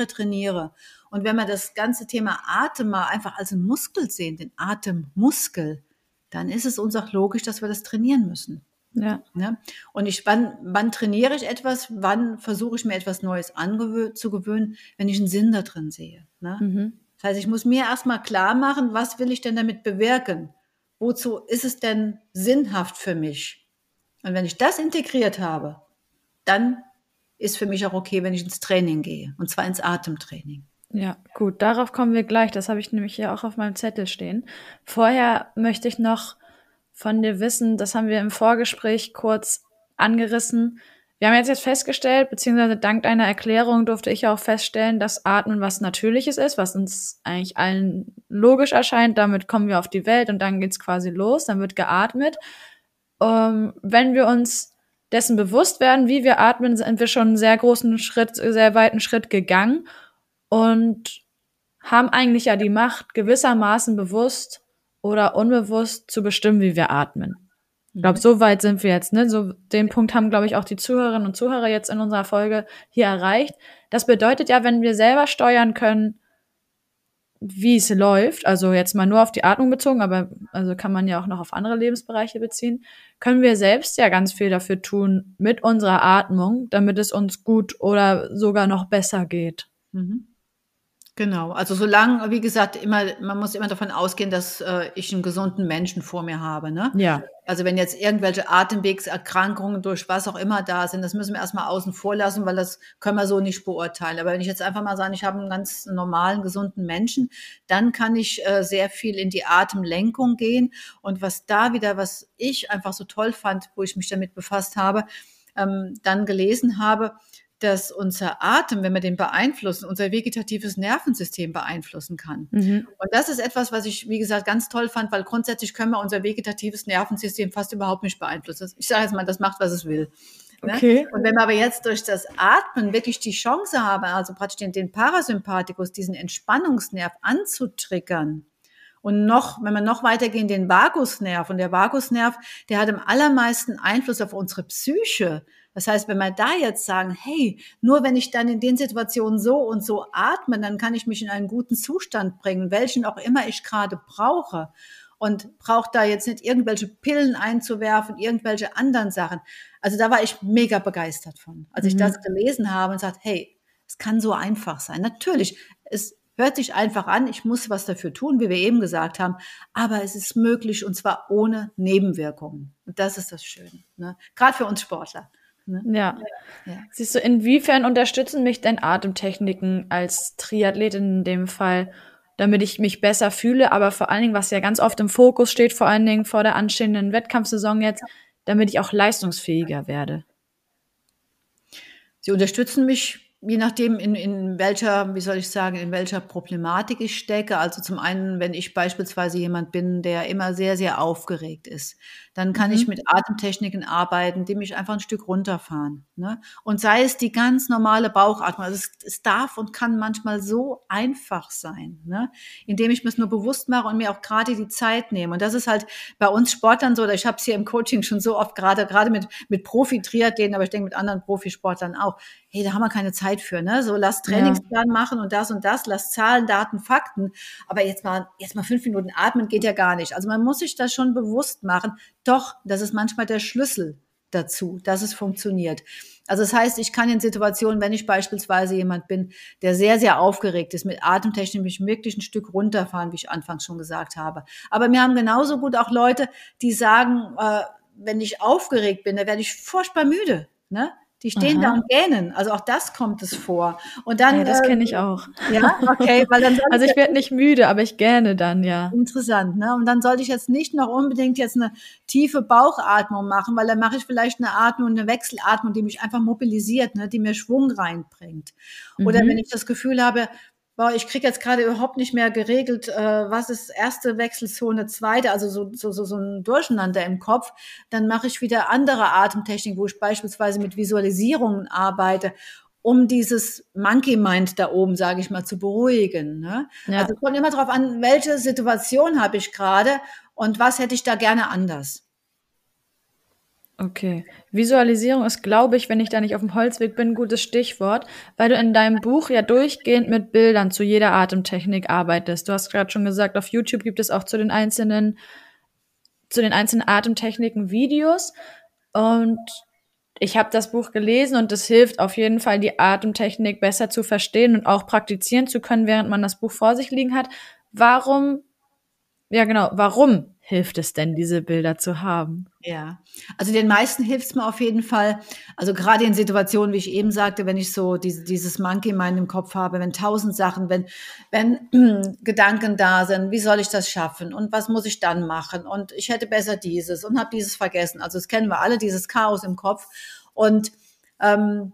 Und wenn wir das ganze Thema Atem mal einfach als einen Muskel sehen, den Atemmuskel, dann ist es uns auch logisch, dass wir das trainieren müssen. Ja. Ne? Und wann trainiere ich etwas, wann versuche ich mir etwas Neues zu gewöhnen, wenn ich einen Sinn da drin sehe. Ne? Mhm. Das heißt, ich muss mir erstmal klar machen, was will ich denn damit bewirken? Wozu ist es denn sinnhaft für mich? Und wenn ich das integriert habe, dann ist für mich auch okay, wenn ich ins Training gehe, und zwar ins Atemtraining. Ja, gut, darauf kommen wir gleich. Das habe ich nämlich hier auch auf meinem Zettel stehen. Vorher möchte ich noch von dir wissen, das haben wir im Vorgespräch kurz angerissen. Wir haben jetzt festgestellt, beziehungsweise dank deiner Erklärung durfte ich auch feststellen, dass Atmen was Natürliches ist, was uns eigentlich allen logisch erscheint. Damit kommen wir auf die Welt und dann geht's quasi los, dann wird geatmet. Wenn wir uns dessen bewusst werden, wie wir atmen, sind wir schon einen sehr weiten Schritt gegangen und haben eigentlich ja die Macht, gewissermaßen bewusst oder unbewusst zu bestimmen, wie wir atmen. Ich glaube, so weit sind wir jetzt, ne? So den Punkt haben, glaube ich, auch die Zuhörerinnen und Zuhörer jetzt in unserer Folge hier erreicht. Das bedeutet ja, wenn wir selber steuern können, wie es läuft, also jetzt mal nur auf die Atmung bezogen, aber also kann man ja auch noch auf andere Lebensbereiche beziehen, können wir selbst ja ganz viel dafür tun mit unserer Atmung, damit es uns gut oder sogar noch besser geht. Mhm. Genau, also solange, wie gesagt, man muss immer davon ausgehen, dass ich einen gesunden Menschen vor mir habe. Ne? Ja. Also wenn jetzt irgendwelche Atemwegserkrankungen durch was auch immer da sind, das müssen wir erstmal außen vor lassen, weil das können wir so nicht beurteilen. Aber wenn ich jetzt einfach mal sage, ich habe einen ganz normalen, gesunden Menschen, dann kann ich sehr viel in die Atemlenkung gehen. Und was ich einfach so toll fand, wo ich mich damit befasst habe, dann gelesen habe, dass unser Atem, wenn wir den beeinflussen, unser vegetatives Nervensystem beeinflussen kann. Mhm. Und das ist etwas, was ich, wie gesagt, ganz toll fand, weil grundsätzlich können wir unser vegetatives Nervensystem fast überhaupt nicht beeinflussen. Ich sage jetzt mal, das macht, was es will. Okay. Ne? Und wenn wir aber jetzt durch das Atmen wirklich die Chance haben, also praktisch den Parasympathikus, diesen Entspannungsnerv anzutriggern, und wenn wir noch weitergehen, den Vagusnerv. Und der Vagusnerv, der hat am allermeisten Einfluss auf unsere Psyche. Das heißt, wenn wir da jetzt sagen, hey, nur wenn ich dann in den Situationen so und so atme, dann kann ich mich in einen guten Zustand bringen, welchen auch immer ich gerade brauche. Und brauche da jetzt nicht irgendwelche Pillen einzuwerfen, irgendwelche anderen Sachen. Also da war ich mega begeistert von, als ich das gelesen habe und sagte, hey, es kann so einfach sein. Natürlich, es hört sich einfach an, ich muss was dafür tun, wie wir eben gesagt haben, aber es ist möglich und zwar ohne Nebenwirkungen. Und das ist das Schöne, ne? Gerade für uns Sportler. Ne? Ja. Ja. Siehst du, inwiefern unterstützen mich denn Atemtechniken als Triathletin in dem Fall, damit ich mich besser fühle, aber vor allen Dingen, was ja ganz oft im Fokus steht, vor allen Dingen vor der anstehenden Wettkampfsaison jetzt, damit ich auch leistungsfähiger werde? Sie unterstützen mich, je nachdem, in welcher, wie soll ich sagen, in welcher Problematik ich stecke. Also zum einen, wenn ich beispielsweise jemand bin, der immer sehr, sehr aufgeregt ist, dann kann ich mit Atemtechniken arbeiten, die mich einfach ein Stück runterfahren. Ne? Und sei es die ganz normale Bauchatmung. Also es darf und kann manchmal so einfach sein, ne? Indem ich mir es nur bewusst mache und mir auch gerade die Zeit nehme. Und das ist halt bei uns Sportlern so, oder ich habe es hier im Coaching schon so oft, gerade mit Profi-Triathleten, aber ich denke mit anderen Profisportlern auch, hey, da haben wir keine Zeit für, ne? So, lass Trainingsplan machen und das, lass Zahlen, Daten, Fakten. Aber jetzt mal 5 Minuten atmen geht ja gar nicht. Also man muss sich das schon bewusst machen. Doch, das ist manchmal der Schlüssel, dazu, dass es funktioniert. Also das heißt, ich kann in Situationen, wenn ich beispielsweise jemand bin, der sehr, sehr aufgeregt ist, mit Atemtechnik mich wirklich ein Stück runterfahren, wie ich anfangs schon gesagt habe. Aber mir haben genauso gut auch Leute, die sagen, wenn ich aufgeregt bin, da werde ich furchtbar müde, ne? Die stehen da Aha. und gähnen. Also auch das kommt es vor. Und Ja, dann, das kenne ich auch. ja, okay, weil dann soll Also ich ich werde nicht müde, aber ich gähne dann, ja. interessant, ne? Und dann sollte ich jetzt nicht noch unbedingt jetzt eine tiefe Bauchatmung machen, weil dann mache ich vielleicht eine Atmung, eine Wechselatmung, die mich einfach mobilisiert, ne? Die mir Schwung reinbringt. Oder wenn Mhm. ich das Gefühl habe, boah, ich kriege jetzt gerade überhaupt nicht mehr geregelt, was ist erste Wechselzone, zweite, also so ein Durcheinander im Kopf, dann mache ich wieder andere Atemtechnik, wo ich beispielsweise mit Visualisierungen arbeite, um dieses Monkey Mind da oben, sage ich mal, zu beruhigen. Ne? Also Ja. es kommt immer darauf an, welche Situation habe ich gerade und was hätte ich da gerne anders. Okay. Visualisierung ist, glaube ich, wenn ich da nicht auf dem Holzweg bin, ein gutes Stichwort, weil du in deinem Buch ja durchgehend mit Bildern zu jeder Atemtechnik arbeitest. Du hast gerade schon gesagt, auf YouTube gibt es auch zu den einzelnen Atemtechniken Videos. Und ich habe das Buch gelesen und es hilft auf jeden Fall, die Atemtechnik besser zu verstehen und auch praktizieren zu können, während man das Buch vor sich liegen hat. Warum, ja genau, warum hilft es denn, diese Bilder zu haben? Ja, also den meisten hilft's mir auf jeden Fall. Also gerade in Situationen, wie ich eben sagte, wenn ich so dieses Monkey Mind im Kopf habe, wenn 1000 Sachen, wenn Gedanken da sind, wie soll ich das schaffen und was muss ich dann machen und ich hätte besser dieses und habe dieses vergessen. Also das kennen wir alle, dieses Chaos im Kopf. Und ähm,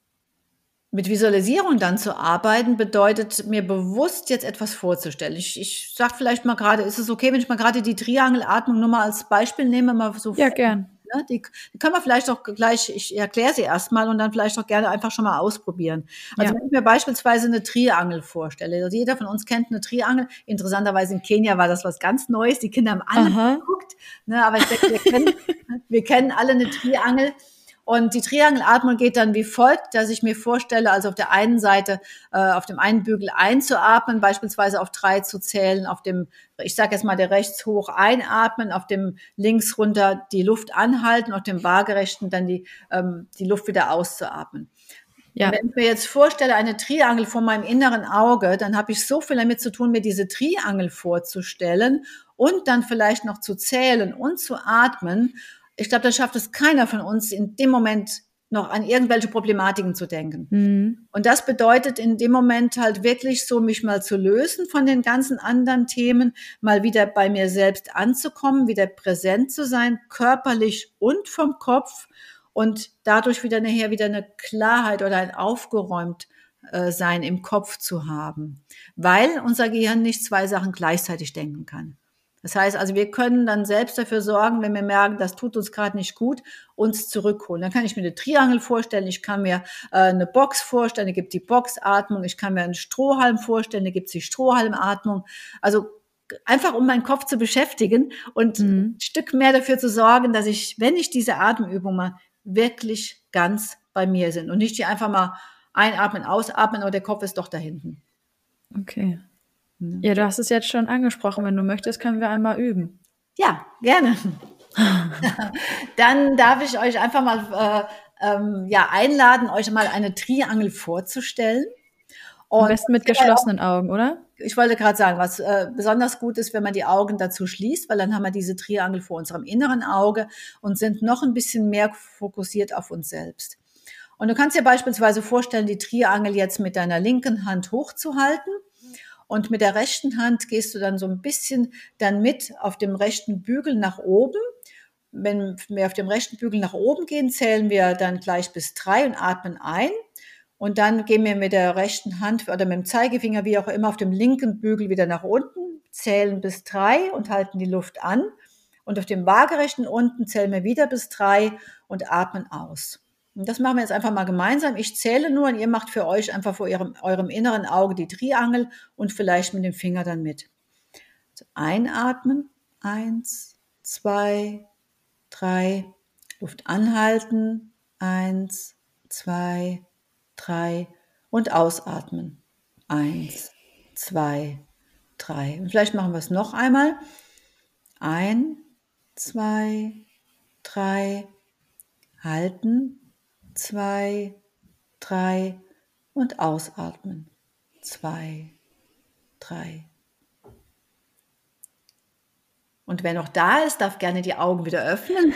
mit Visualisierung dann zu arbeiten, bedeutet mir bewusst jetzt etwas vorzustellen. Ich sage vielleicht mal gerade, ist es okay, wenn ich mal gerade die Triangelatmung nur mal als Beispiel nehme, mal so, Ja, gern. ne, die können wir vielleicht auch gleich, ich erkläre sie erstmal und dann vielleicht auch gerne einfach schon mal ausprobieren. Also Ja. wenn ich mir beispielsweise eine Triangel vorstelle, also jeder von uns kennt eine Triangel, interessanterweise in Kenia war das was ganz Neues, die Kinder haben alle Aha. geguckt, ne, aber ich denke, wir kennen alle eine Triangel. Und die Triangelatmung geht dann wie folgt, dass ich mir vorstelle, also auf der einen Seite, auf dem einen Bügel einzuatmen, beispielsweise auf 3 zu zählen, auf dem, ich sage jetzt mal, der rechts hoch einatmen, auf dem links runter die Luft anhalten, auf dem waagerechten dann die Luft wieder auszuatmen. Und Ja. wenn ich mir jetzt vorstelle, eine Triangel vor meinem inneren Auge, dann habe ich so viel damit zu tun, mir diese Triangel vorzustellen und dann vielleicht noch zu zählen und zu atmen. Ich glaube, dann schafft es keiner von uns in dem Moment noch an irgendwelche Problematiken zu denken. Mhm. Und das bedeutet in dem Moment halt wirklich so, mich mal zu lösen von den ganzen anderen Themen, mal wieder bei mir selbst anzukommen, wieder präsent zu sein, körperlich und vom Kopf und dadurch wieder nachher wieder eine Klarheit oder ein aufgeräumt sein im Kopf zu haben, weil unser Gehirn nicht 2 Sachen gleichzeitig denken kann. Das heißt also, wir können dann selbst dafür sorgen, wenn wir merken, das tut uns gerade nicht gut, uns zurückholen. Dann kann ich mir eine Triangel vorstellen, ich kann mir eine Box vorstellen, da gibt die Boxatmung, ich kann mir einen Strohhalm vorstellen, da gibt es die Strohhalmatmung. Also einfach um meinen Kopf zu beschäftigen und ein Stück mehr dafür zu sorgen, dass ich, wenn ich diese Atemübung mal wirklich ganz bei mir sind und nicht die einfach mal einatmen, ausatmen und der Kopf ist doch da hinten. Okay. Ja, du hast es jetzt schon angesprochen. Wenn du möchtest, können wir einmal üben. Ja, gerne. Dann darf ich euch einfach mal einladen, euch mal eine Triangel vorzustellen. Am Und besten mit geschlossenen Augen, oder? ich wollte gerade sagen, was besonders gut ist, wenn man die Augen dazu schließt, weil dann haben wir diese Triangel vor unserem inneren Auge und sind noch ein bisschen mehr fokussiert auf uns selbst. Und du kannst dir beispielsweise vorstellen, die Triangel jetzt mit deiner linken Hand hochzuhalten. Und mit der rechten Hand gehst du dann so ein bisschen dann mit auf dem rechten Bügel nach oben. Wenn wir auf dem rechten Bügel nach oben gehen, zählen wir dann gleich bis 3 und atmen ein. Und dann gehen wir mit der rechten Hand oder mit dem Zeigefinger, wie auch immer, auf dem linken Bügel wieder nach unten, zählen bis 3 und halten die Luft an. Und auf dem waagerechten unten zählen wir wieder bis 3 und atmen aus. Und das machen wir jetzt einfach mal gemeinsam. Ich zähle nur und ihr macht für euch einfach vor eurem inneren Auge die Triangel und vielleicht mit dem Finger dann mit. Also einatmen, 1, 2, 3, Luft anhalten, 1, 2, 3 und ausatmen, 1, 2, 3. Und vielleicht machen wir es noch einmal. 1, 2, 3, halten, 2, 3 und ausatmen, 2, 3. Und wer noch da ist, darf gerne die Augen wieder öffnen.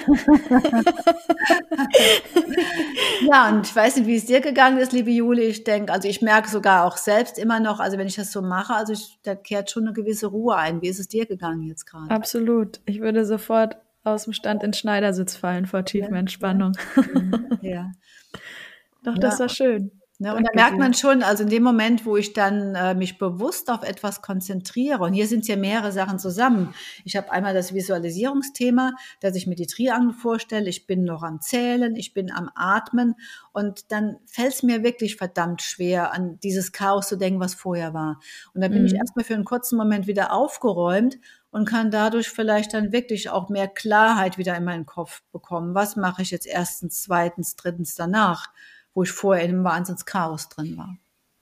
Ja, und ich weiß nicht, wie es dir gegangen ist, liebe Julie. Ich denke, also ich merke sogar auch selbst immer noch, also wenn ich das so mache, da kehrt schon eine gewisse Ruhe ein. Wie ist es dir gegangen jetzt gerade? Absolut. Ich würde sofort aus dem Stand in den Schneidersitz fallen vor tiefen Entspannung. Ja. Doch, das war schön. Ne, und da merkt man schon, also in dem Moment, wo ich dann mich bewusst auf etwas konzentriere, und hier sind ja mehrere Sachen zusammen. Ich habe einmal das Visualisierungsthema, dass ich mir die Triangel vorstelle, ich bin noch am Zählen, ich bin am Atmen, und dann fällt es mir wirklich verdammt schwer, an dieses Chaos zu denken, was vorher war. Und da bin ich erstmal für einen kurzen Moment wieder aufgeräumt und kann dadurch vielleicht dann wirklich auch mehr Klarheit wieder in meinen Kopf bekommen. Was mache ich jetzt erstens, zweitens, drittens danach, wo ich vorher in einem Wahnsinnschaos drin war.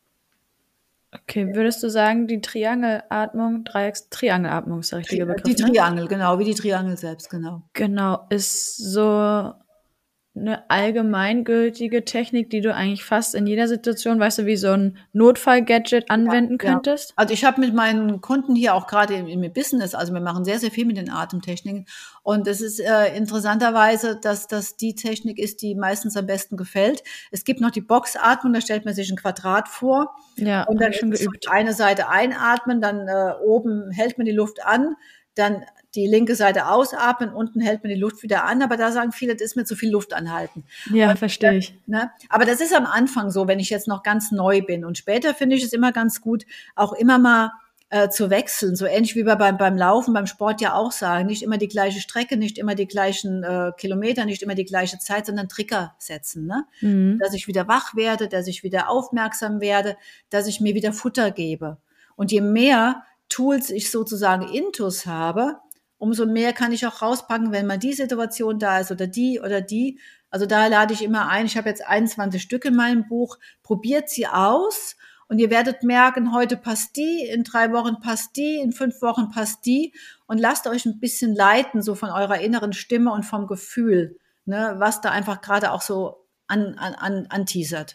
Okay, würdest du sagen, die Triangelatmung, Triangelatmung ist der richtige Begriff, Die Triangel, genau, wie die Triangel selbst, genau. Genau, ist so eine allgemeingültige Technik, die du eigentlich fast in jeder Situation, weißt du, wie so ein Notfall-Gadget anwenden könntest? Ja. Also ich habe mit meinen Kunden hier auch gerade im Business, also wir machen sehr, sehr viel mit den Atemtechniken, und es ist interessanterweise, dass das die Technik ist, die meistens am besten gefällt. Es gibt noch die Boxatmung, da stellt man sich ein Quadrat vor, Ja, und dann schon ist geübt. Eine Seite einatmen, dann oben hält man die Luft an, dann die linke Seite ausatmen, unten hält man die Luft wieder an, aber da sagen viele, das ist mir zu viel Luft anhalten. Ja, verstehe ich. Ne? Aber das ist am Anfang so, wenn ich jetzt noch ganz neu bin, und später finde ich es immer ganz gut, auch immer mal zu wechseln, so ähnlich wie wir beim Laufen, beim Sport ja auch sagen, nicht immer die gleiche Strecke, nicht immer die gleichen Kilometer, nicht immer die gleiche Zeit, sondern Trigger setzen, ne? Dass ich wieder wach werde, dass ich wieder aufmerksam werde, dass ich mir wieder Futter gebe. Und je mehr Tools ich sozusagen intus habe, umso mehr kann ich auch rauspacken, wenn mal die Situation da ist oder die oder die. Also da lade ich immer ein, ich habe jetzt 21 Stück in meinem Buch, probiert sie aus und ihr werdet merken, heute passt die, in 3 Wochen passt die, in 5 Wochen passt die, und lasst euch ein bisschen leiten, so von eurer inneren Stimme und vom Gefühl, ne, was da einfach gerade auch so anteasert.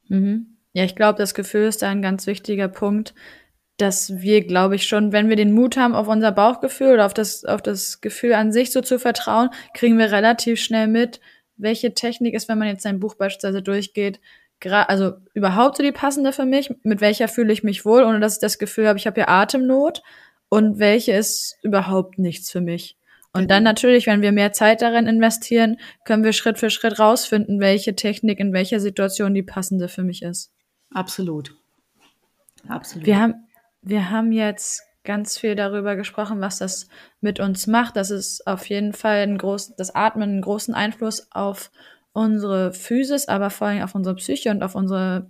Ja, ich glaube, das Gefühl ist da ein ganz wichtiger Punkt, dass wir, glaube ich, schon, wenn wir den Mut haben, auf unser Bauchgefühl oder auf das Gefühl an sich so zu vertrauen, kriegen wir relativ schnell mit, welche Technik ist, wenn man jetzt sein Buch beispielsweise durchgeht, also überhaupt so die passende für mich, mit welcher fühle ich mich wohl, ohne dass ich das Gefühl habe, ich habe ja Atemnot, und welche ist überhaupt nichts für mich. Und dann natürlich, wenn wir mehr Zeit darin investieren, können wir Schritt für Schritt rausfinden, welche Technik in welcher Situation die passende für mich ist. Absolut. Absolut. Wir haben jetzt ganz viel darüber gesprochen, was das mit uns macht. Das ist auf jeden Fall das Atmen einen großen Einfluss auf unsere Physis, aber vor allem auf unsere Psyche und auf unsere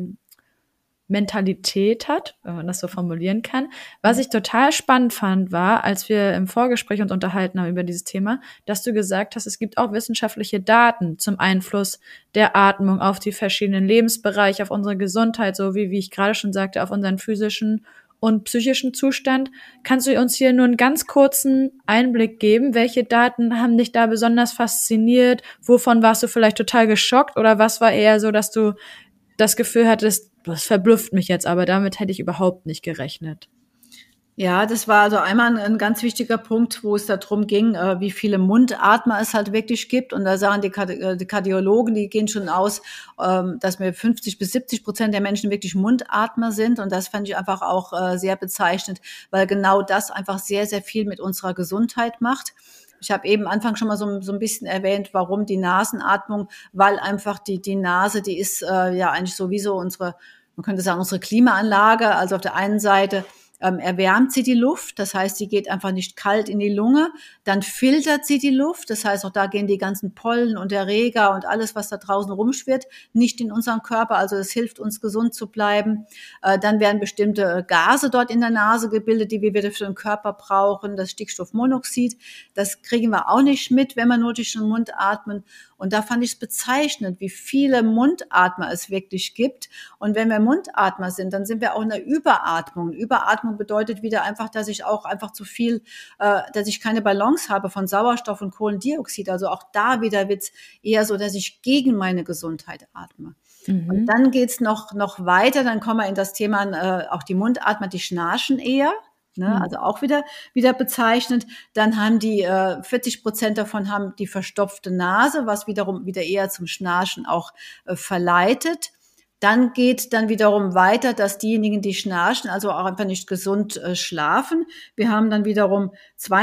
Mentalität hat, wenn man das so formulieren kann. Was ich total spannend fand, war, als wir im Vorgespräch uns unterhalten haben über dieses Thema, dass du gesagt hast, es gibt auch wissenschaftliche Daten zum Einfluss der Atmung auf die verschiedenen Lebensbereiche, auf unsere Gesundheit, so wie ich gerade schon sagte, auf unseren physischen und psychischen Zustand. Kannst du uns hier nur einen ganz kurzen Einblick geben? Welche Daten haben dich da besonders fasziniert? Wovon warst du vielleicht total geschockt? Oder was war eher so, dass du das Gefühl hattest, das verblüfft mich jetzt, aber damit hätte ich überhaupt nicht gerechnet? Ja, das war also einmal ein ganz wichtiger Punkt, wo es darum ging, wie viele Mundatmer es halt wirklich gibt. Und da sagen die Kardiologen, die gehen schon aus, dass wir 50-70% der Menschen wirklich Mundatmer sind. Und das fand ich einfach auch sehr bezeichnend, weil genau das einfach sehr, sehr viel mit unserer Gesundheit macht. Ich habe eben Anfang schon mal so ein bisschen erwähnt, warum die Nasenatmung, weil einfach die Nase, die ist ja eigentlich sowieso unsere, man könnte sagen, unsere Klimaanlage. Also auf der einen Seite erwärmt sie die Luft, das heißt, sie geht einfach nicht kalt in die Lunge, dann filtert sie die Luft, das heißt, auch da gehen die ganzen Pollen und Erreger und alles, was da draußen rumschwirrt, nicht in unseren Körper, also es hilft uns, gesund zu bleiben. Dann werden bestimmte Gase dort in der Nase gebildet, die wir wieder für den Körper brauchen, das Stickstoffmonoxid, das kriegen wir auch nicht mit, wenn wir nur durch den Mund atmen. Und da fand ich es bezeichnend, wie viele Mundatmer es wirklich gibt. Und wenn wir Mundatmer sind, dann sind wir auch in der Überatmung. Überatmung Atmung bedeutet wieder einfach, dass ich auch einfach zu viel, dass ich keine Balance habe von Sauerstoff und Kohlendioxid. Also auch da wieder wird's eher so, dass ich gegen meine Gesundheit atme. Und dann geht's noch weiter, dann kommen wir in das Thema, auch die Mundatmer, die schnarchen eher. Ne, also auch wieder bezeichnend. Dann haben die 40% davon haben die verstopfte Nase, was wiederum wieder eher zum Schnarchen auch verleitet. Dann geht dann wiederum weiter, dass diejenigen, die schnarchen, also auch einfach nicht gesund schlafen. Wir haben dann wiederum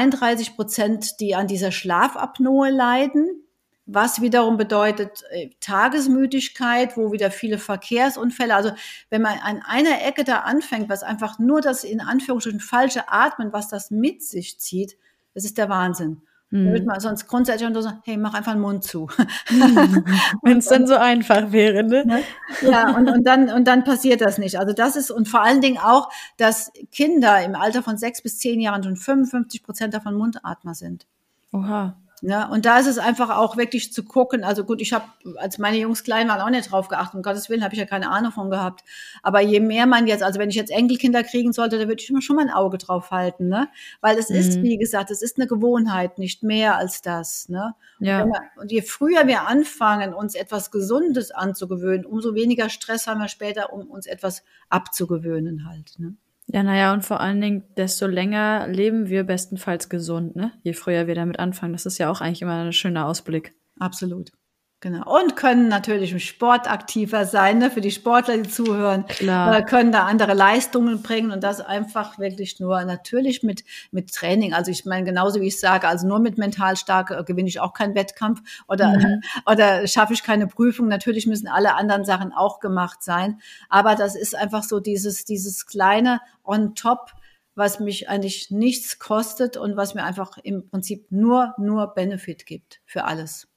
32%, die an dieser Schlafapnoe leiden, was wiederum bedeutet Tagesmüdigkeit, wo wieder viele Verkehrsunfälle, also wenn man an einer Ecke da anfängt, was einfach nur das in Anführungsstrichen falsche Atmen, was das mit sich zieht, das ist der Wahnsinn. Da würde man sonst grundsätzlich nur sagen, hey, mach einfach den Mund zu. Wenn es dann so einfach wäre, ne? Ja, und dann passiert das nicht. Also das ist, und vor allen Dingen auch, dass Kinder im Alter von 6 bis 10 Jahren schon 55% davon Mundatmer sind. Oha. Ja, und da ist es einfach auch wirklich zu gucken. Also gut, ich habe, als meine Jungs klein waren, auch nicht drauf geachtet. Um Gottes Willen habe ich ja keine Ahnung von gehabt. Aber je mehr man jetzt, also wenn ich jetzt Enkelkinder kriegen sollte, da würde ich immer schon mal ein Auge drauf halten, ne? Weil es ist, wie gesagt, es ist eine Gewohnheit, nicht mehr als das, ne? Ja. Und je früher wir anfangen, uns etwas Gesundes anzugewöhnen, umso weniger Stress haben wir später, um uns etwas abzugewöhnen halt, ne? Ja, naja, und vor allen Dingen, desto länger leben wir bestenfalls gesund, ne? Je früher wir damit anfangen. Das ist ja auch eigentlich immer ein schöner Ausblick. Absolut. Genau. Und können natürlich im Sport aktiver sein, ne? Für die Sportler, die zuhören. Klar. Können da andere Leistungen bringen und das einfach wirklich nur natürlich mit Training. Also ich meine, genauso wie ich sage, also nur mit mental stark gewinne ich auch keinen Wettkampf oder schaffe ich keine Prüfung. Natürlich müssen alle anderen Sachen auch gemacht sein. Aber das ist einfach so dieses kleine on top, was mich eigentlich nichts kostet und was mir einfach im Prinzip nur Benefit gibt für alles.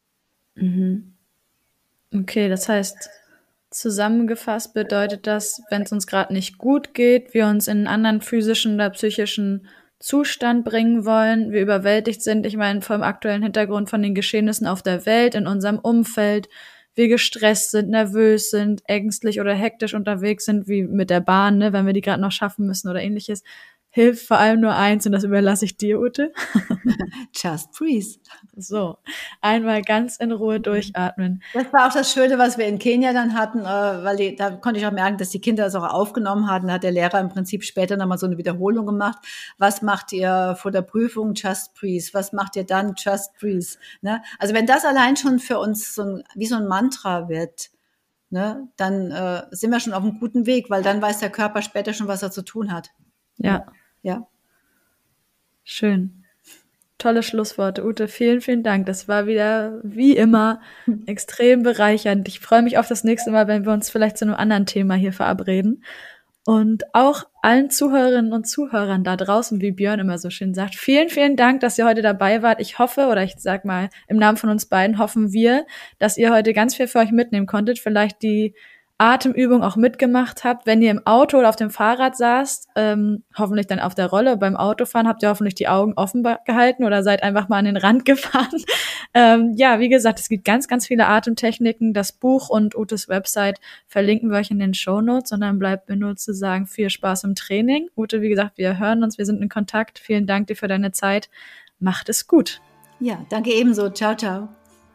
Okay, das heißt, zusammengefasst bedeutet das, wenn es uns gerade nicht gut geht, wir uns in einen anderen physischen oder psychischen Zustand bringen wollen, wir überwältigt sind, ich meine, vor dem aktuellen Hintergrund von den Geschehnissen auf der Welt, in unserem Umfeld, wir gestresst sind, nervös sind, ängstlich oder hektisch unterwegs sind, wie mit der Bahn, ne, wenn wir die gerade noch schaffen müssen oder ähnliches, hilft vor allem nur eins und das überlasse ich dir, Ute. Just breathe. So, einmal ganz in Ruhe durchatmen. Das war auch das Schöne, was wir in Kenia dann hatten, weil da konnte ich auch merken, dass die Kinder das auch aufgenommen hatten. Da hat der Lehrer im Prinzip später nochmal so eine Wiederholung gemacht. Was macht ihr vor der Prüfung? Just breathe. Was macht ihr dann? Just breathe. Ne? Also wenn das allein schon für uns wie so ein Mantra wird, ne, dann sind wir schon auf einem guten Weg, weil dann weiß der Körper später schon, was er zu tun hat. Ja. Ja. Schön. Tolle Schlussworte, Ute. Vielen, vielen Dank. Das war wieder, wie immer, extrem bereichernd. Ich freue mich auf das nächste Mal, wenn wir uns vielleicht zu einem anderen Thema hier verabreden. Und auch allen Zuhörerinnen und Zuhörern da draußen, wie Björn immer so schön sagt, vielen, vielen Dank, dass ihr heute dabei wart. Ich hoffe, oder ich sag mal, im Namen von uns beiden hoffen wir, dass ihr heute ganz viel für euch mitnehmen konntet. Vielleicht die Atemübung auch mitgemacht habt, wenn ihr im Auto oder auf dem Fahrrad saßt, hoffentlich dann auf der Rolle. Beim Autofahren habt ihr hoffentlich die Augen offen gehalten oder seid einfach mal an den Rand gefahren. Ja, wie gesagt, es gibt ganz, ganz viele Atemtechniken. Das Buch und Utes Website verlinken wir euch in den Shownotes und dann bleibt mir nur zu sagen, viel Spaß im Training. Ute, wie gesagt, wir hören uns, wir sind in Kontakt. Vielen Dank dir für deine Zeit. Macht es gut. Ja, danke ebenso. Ciao, ciao.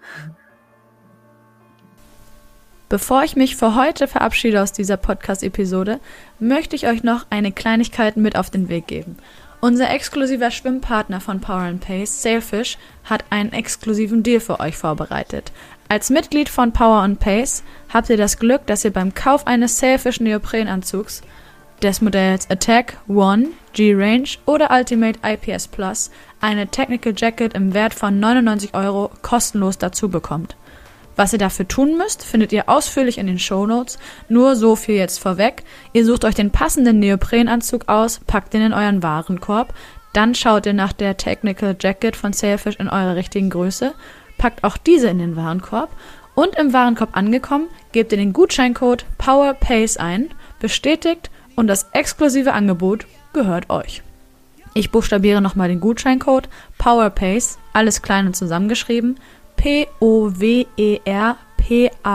Bevor ich mich für heute verabschiede aus dieser Podcast-Episode, möchte ich euch noch eine Kleinigkeit mit auf den Weg geben. Unser exklusiver Schwimmpartner von Power & Pace, Sailfish, hat einen exklusiven Deal für euch vorbereitet. Als Mitglied von Power & Pace habt ihr das Glück, dass ihr beim Kauf eines Sailfish Neoprenanzugs des Modells Attack, One, G-Range oder Ultimate IPS Plus eine Technical Jacket im Wert von 99 € kostenlos dazu bekommt. Was ihr dafür tun müsst, findet ihr ausführlich in den Shownotes. Nur so viel jetzt vorweg. Ihr sucht euch den passenden Neoprenanzug aus, packt ihn in euren Warenkorb, dann schaut ihr nach der Technical Jacket von Sailfish in eurer richtigen Größe, packt auch diese in den Warenkorb und im Warenkorb angekommen, gebt ihr den Gutscheincode POWERPACE ein, bestätigt und das exklusive Angebot gehört euch. Ich buchstabiere nochmal den Gutscheincode POWERPACE, alles klein und zusammengeschrieben,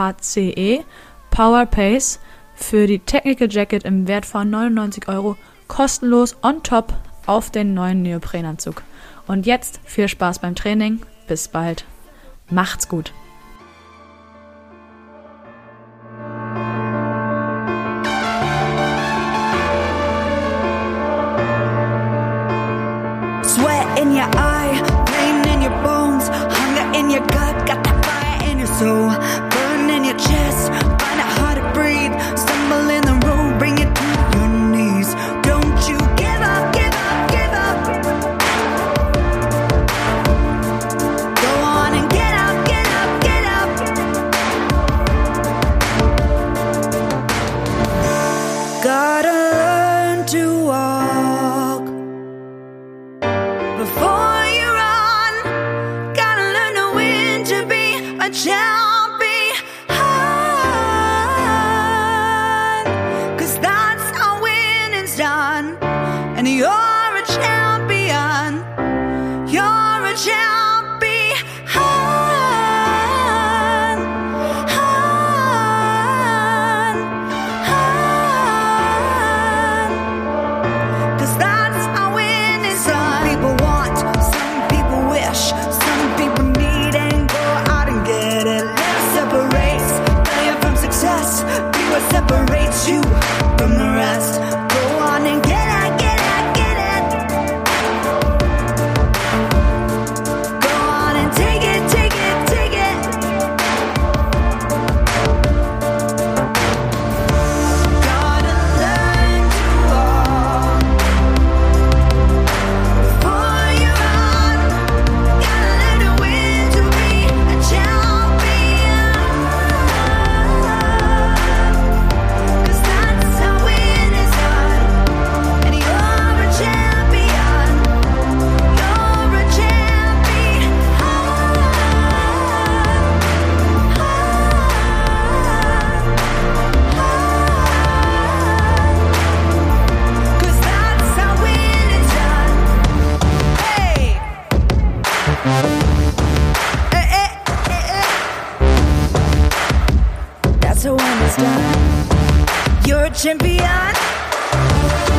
POWERPACE, POWERPACE, für die Technical Jacket im Wert von 99 € kostenlos on top auf den neuen Neoprenanzug. Und jetzt viel Spaß beim Training. Bis bald. Macht's gut. Sweat in your eye, pain in your bones, hunger in your gut, got that fire in your soul, burn in your chest, find it hard to breathe, stumble in the road, bring it to your knees. Don't you give up, give up, give up. Go on and get up, get up, get up. Gotta learn to walk before you run, gotta learn to win to be a champion, 'cause that's how winning's done, and you're a champion, you're a champion. 'Cause that's how winning's done. People want, some people wish, some people need, and go out and get it. Let's separate failure from success. Be what separates you from the rest. Go on and get it, get it, get it. Go on and take it, take it, take it. Gotta learn to walk before you run. Gotta learn to win to be a champion, 'cause that's how winning's done, and you're a champion, you're a champion, 'cause that's how winning's done. Hey. Hey, hey, hey, hey. That's how winning's done. You're a champion.